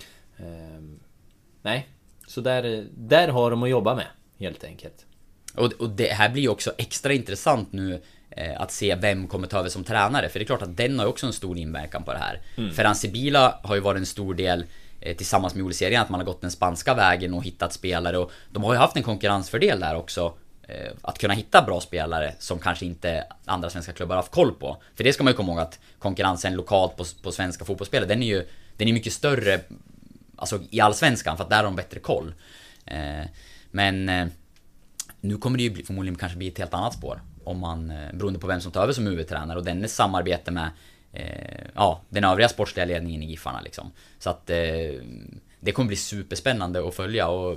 Nej, så där har de att jobba med, helt enkelt. Och det här blir ju också extra intressant nu att se vem kommer ta över som tränare. För det är klart att den har ju också en stor inverkan på det här. Ferran Sibila har ju varit en stor del tillsammans med Ole-serien, att man har gått den spanska vägen och hittat spelare. Och de har ju haft en konkurrensfördel där också, att kunna hitta bra spelare som kanske inte andra svenska klubbar har haft koll på. För det ska man ju komma ihåg, att konkurrensen lokalt på svenska fotbollsspelare, den är mycket större, alltså i allsvenskan, för att där har de bättre koll. Men nu kommer det ju förmodligen kanske bli ett helt annat spår, om man, beroende på vem som tar över som huvudtränare och dennes samarbete med den övriga sportsliga ledningen i Giffarna liksom. Så att det kommer bli superspännande att följa. Och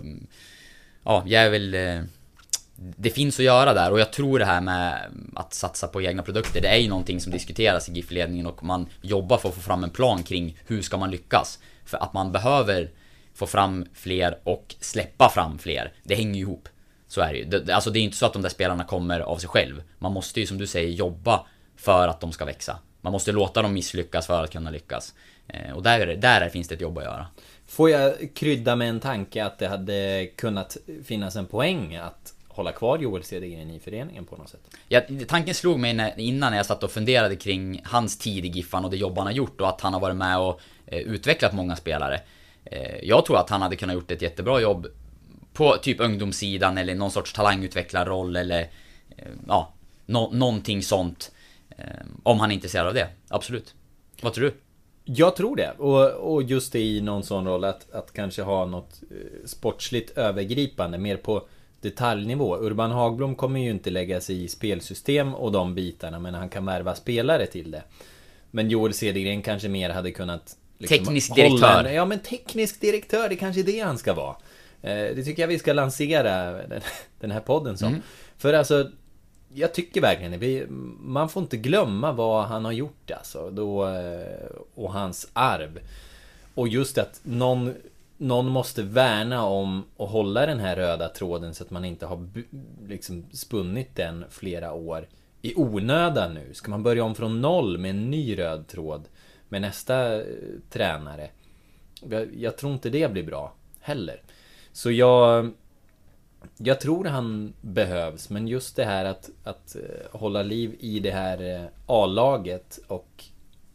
det finns att göra där. Och jag tror det här med att satsa på egna produkter, det är ju någonting som diskuteras i GIF-ledningen, och man jobbar för att få fram en plan kring hur ska man lyckas. För att man behöver få fram fler och släppa fram fler. Det hänger ju ihop. Så är det ju. Alltså det är inte så att de där spelarna kommer av sig själv. Man måste ju, som du säger, jobba för att de ska växa. Man måste låta dem misslyckas för att kunna lyckas. Och där finns det ett jobb att göra. Får jag krydda med en tanke att det hade kunnat finnas en poäng att hålla kvar Joel Cedergren i föreningen på något sätt? Ja, tanken slog mig innan jag satt och funderade kring hans tid i Giffan och det jobb han har gjort, och att han har varit med och utvecklat många spelare. Jag tror att han hade kunnat gjort ett jättebra jobb på typ ungdomssidan eller någon sorts talangutvecklarroll eller någonting sånt, om han är intresserad av det. Absolut. Vad tror du? Jag tror det. Och just det, i någon sån roll att kanske ha något sportsligt övergripande, mer på detaljnivå. Urban Hagblom kommer ju inte lägga sig i spelsystem och de bitarna, men han kan värva spelare till det. Men Joel Cedergren kanske mer hade kunnat liksom, teknisk direktör. Ja, men teknisk direktör, det kanske är det han ska vara. Det tycker jag vi ska lansera den här podden som. För alltså, jag tycker verkligen man får inte glömma vad han har gjort alltså, och hans arv. Och just att någon måste värna om och hålla den här röda tråden, så att man inte har liksom spunnit den flera år i onödan nu. Ska man börja om från noll med en ny röd tråd med nästa tränare? Jag tror inte det blir bra heller. Så jag tror han behövs, men just det här att hålla liv i det här A-laget och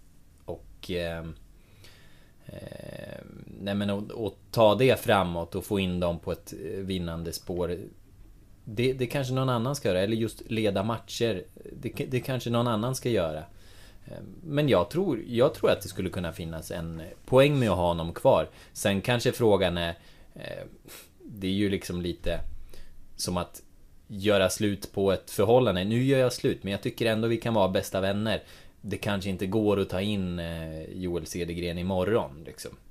ta det framåt och få in dem på ett vinnande spår. Det kanske någon annan ska göra, eller just leda matcher. Det kanske någon annan ska göra. Men jag tror att det skulle kunna finnas en poäng med att ha honom kvar. Sen kanske frågan är, det är ju liksom lite som att göra slut på ett förhållande. Nu gör jag slut, men jag tycker ändå vi kan vara bästa vänner. Det kanske inte går att ta in Joel Cedergren imorgon liksom.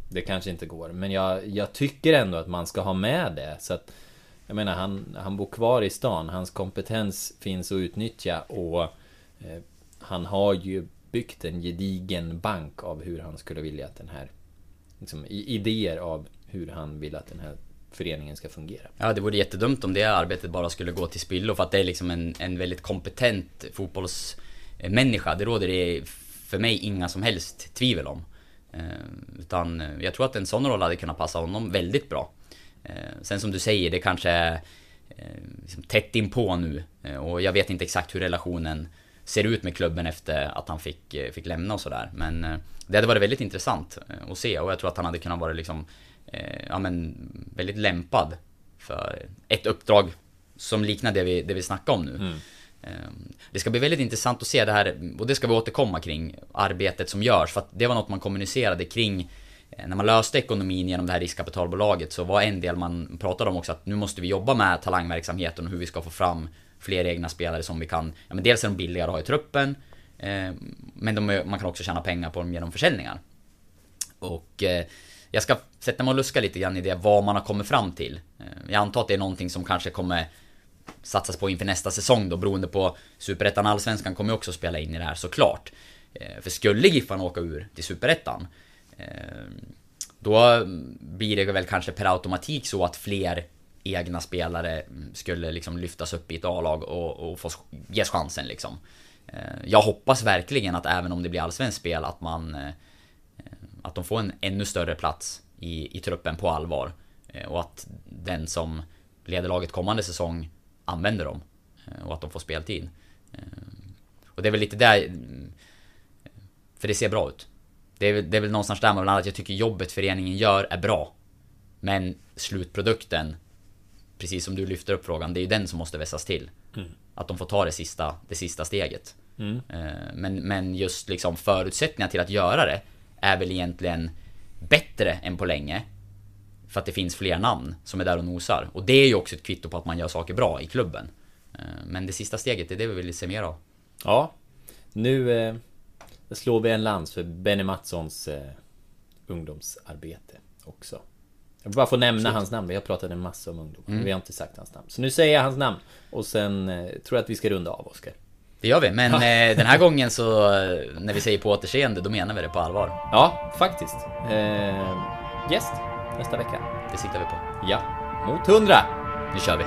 det kanske inte går. Men jag tycker ändå att man ska ha med det. Så att, jag menar, han bor kvar i stan. Hans kompetens finns att utnyttja. Och han har ju byggt en gedigen bank av hur han skulle vilja att den här, liksom, idéer av hur han vill att den här föreningen ska fungera. Ja, det vore jättedumt om det arbetet bara skulle gå till spillo, för att det är liksom en väldigt kompetent fotbollsmänniska. Det råder det för mig inga som helst tvivel om. Utan jag tror att en sån roll hade kunnat passa honom väldigt bra. Sen som du säger, det kanske är liksom tätt in på nu, och jag vet inte exakt hur relationen ser ut med klubben efter att han fick lämna och sådär. Men det hade varit väldigt intressant att se, och jag tror att han hade kunnat vara liksom, väldigt lämpad för ett uppdrag som liknar det vi snackar om nu. Det ska bli väldigt intressant att se det här, och det ska vi återkomma kring, arbetet som görs, för att det var något man kommunicerade kring när man löste ekonomin genom det här riskkapitalbolaget. Så var en del man pratade om också, att nu måste vi jobba med talangverksamheten och hur vi ska få fram fler egna spelare som vi kan, men dels är de billigare att ha i truppen, men man kan också tjäna pengar på dem genom försäljningar. Och jag ska sätta mig och luska lite grann i det, vad man har kommit fram till. Jag antar att det är någonting som kanske kommer satsas på inför nästa säsong då, beroende på Superettan. Allsvenskan kommer också spela in i det här, såklart. För skulle Giffarna åka ur till Superettan, då blir det väl kanske per automatik så att fler egna spelare skulle liksom lyftas upp i ett A-lag och få ges chansen liksom. Jag hoppas verkligen att även om det blir allsvensk spel, att de får en ännu större plats i truppen på allvar, och att den som leder laget kommande säsong använder dem, och att de får speltid. Och det är väl lite där, för det ser bra ut. Det är väl någonstans där man, att jag tycker jobbet föreningen gör är bra, men slutprodukten, precis som du lyfter upp frågan, det är ju den som måste vässas till. Att de får ta det sista steget. Men just liksom förutsättningar till att göra det är väl egentligen bättre än på länge, för att det finns fler namn som är där och nosar. Och det är ju också ett kvitto på att man gör saker bra i klubben. Men det sista steget är det vi vill se mer av. Ja, nu slår vi en lans för Benny Mattssons ungdomsarbete också. Jag vill bara få nämna hans namn. Vi har pratat en massa om ungdom, men vi har inte sagt hans namn. Så nu säger jag hans namn, och sen tror jag att vi ska runda av, Oskar. Det gör vi, men den här gången så, när vi säger på återseende, då menar vi det på allvar. Ja, faktiskt. Gäst nästa vecka. Det siktar vi på. Ja, mot 100. Nu kör vi.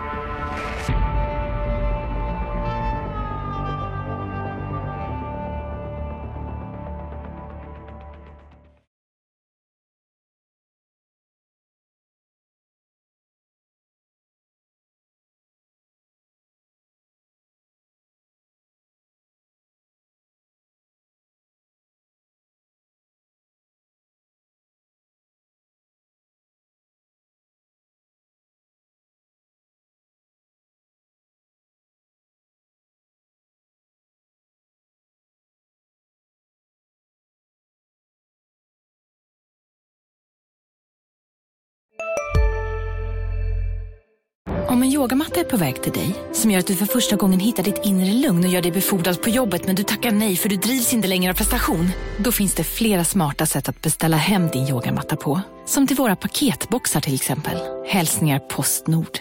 Om en yogamatta är på väg till dig, som gör att du för första gången hittar ditt inre lugn och gör dig befordrad på jobbet, men du tackar nej för du drivs inte längre av prestation. Då finns det flera smarta sätt att beställa hem din yogamatta på. Som till våra paketboxar till exempel. Hälsningar Postnord.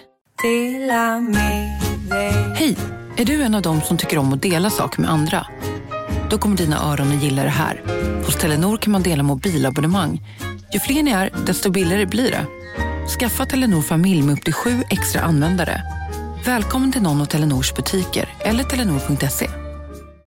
Hej, är du en av dem som tycker om att dela saker med andra? Då kommer dina öron att gilla det här. Hos Telenor kan man dela mobilabonnemang. Ju fler ni är, desto billigare blir det. Skaffa Telenor familj med upp till 7 extra användare. Välkommen till någon av Telenors butiker eller telenor.se.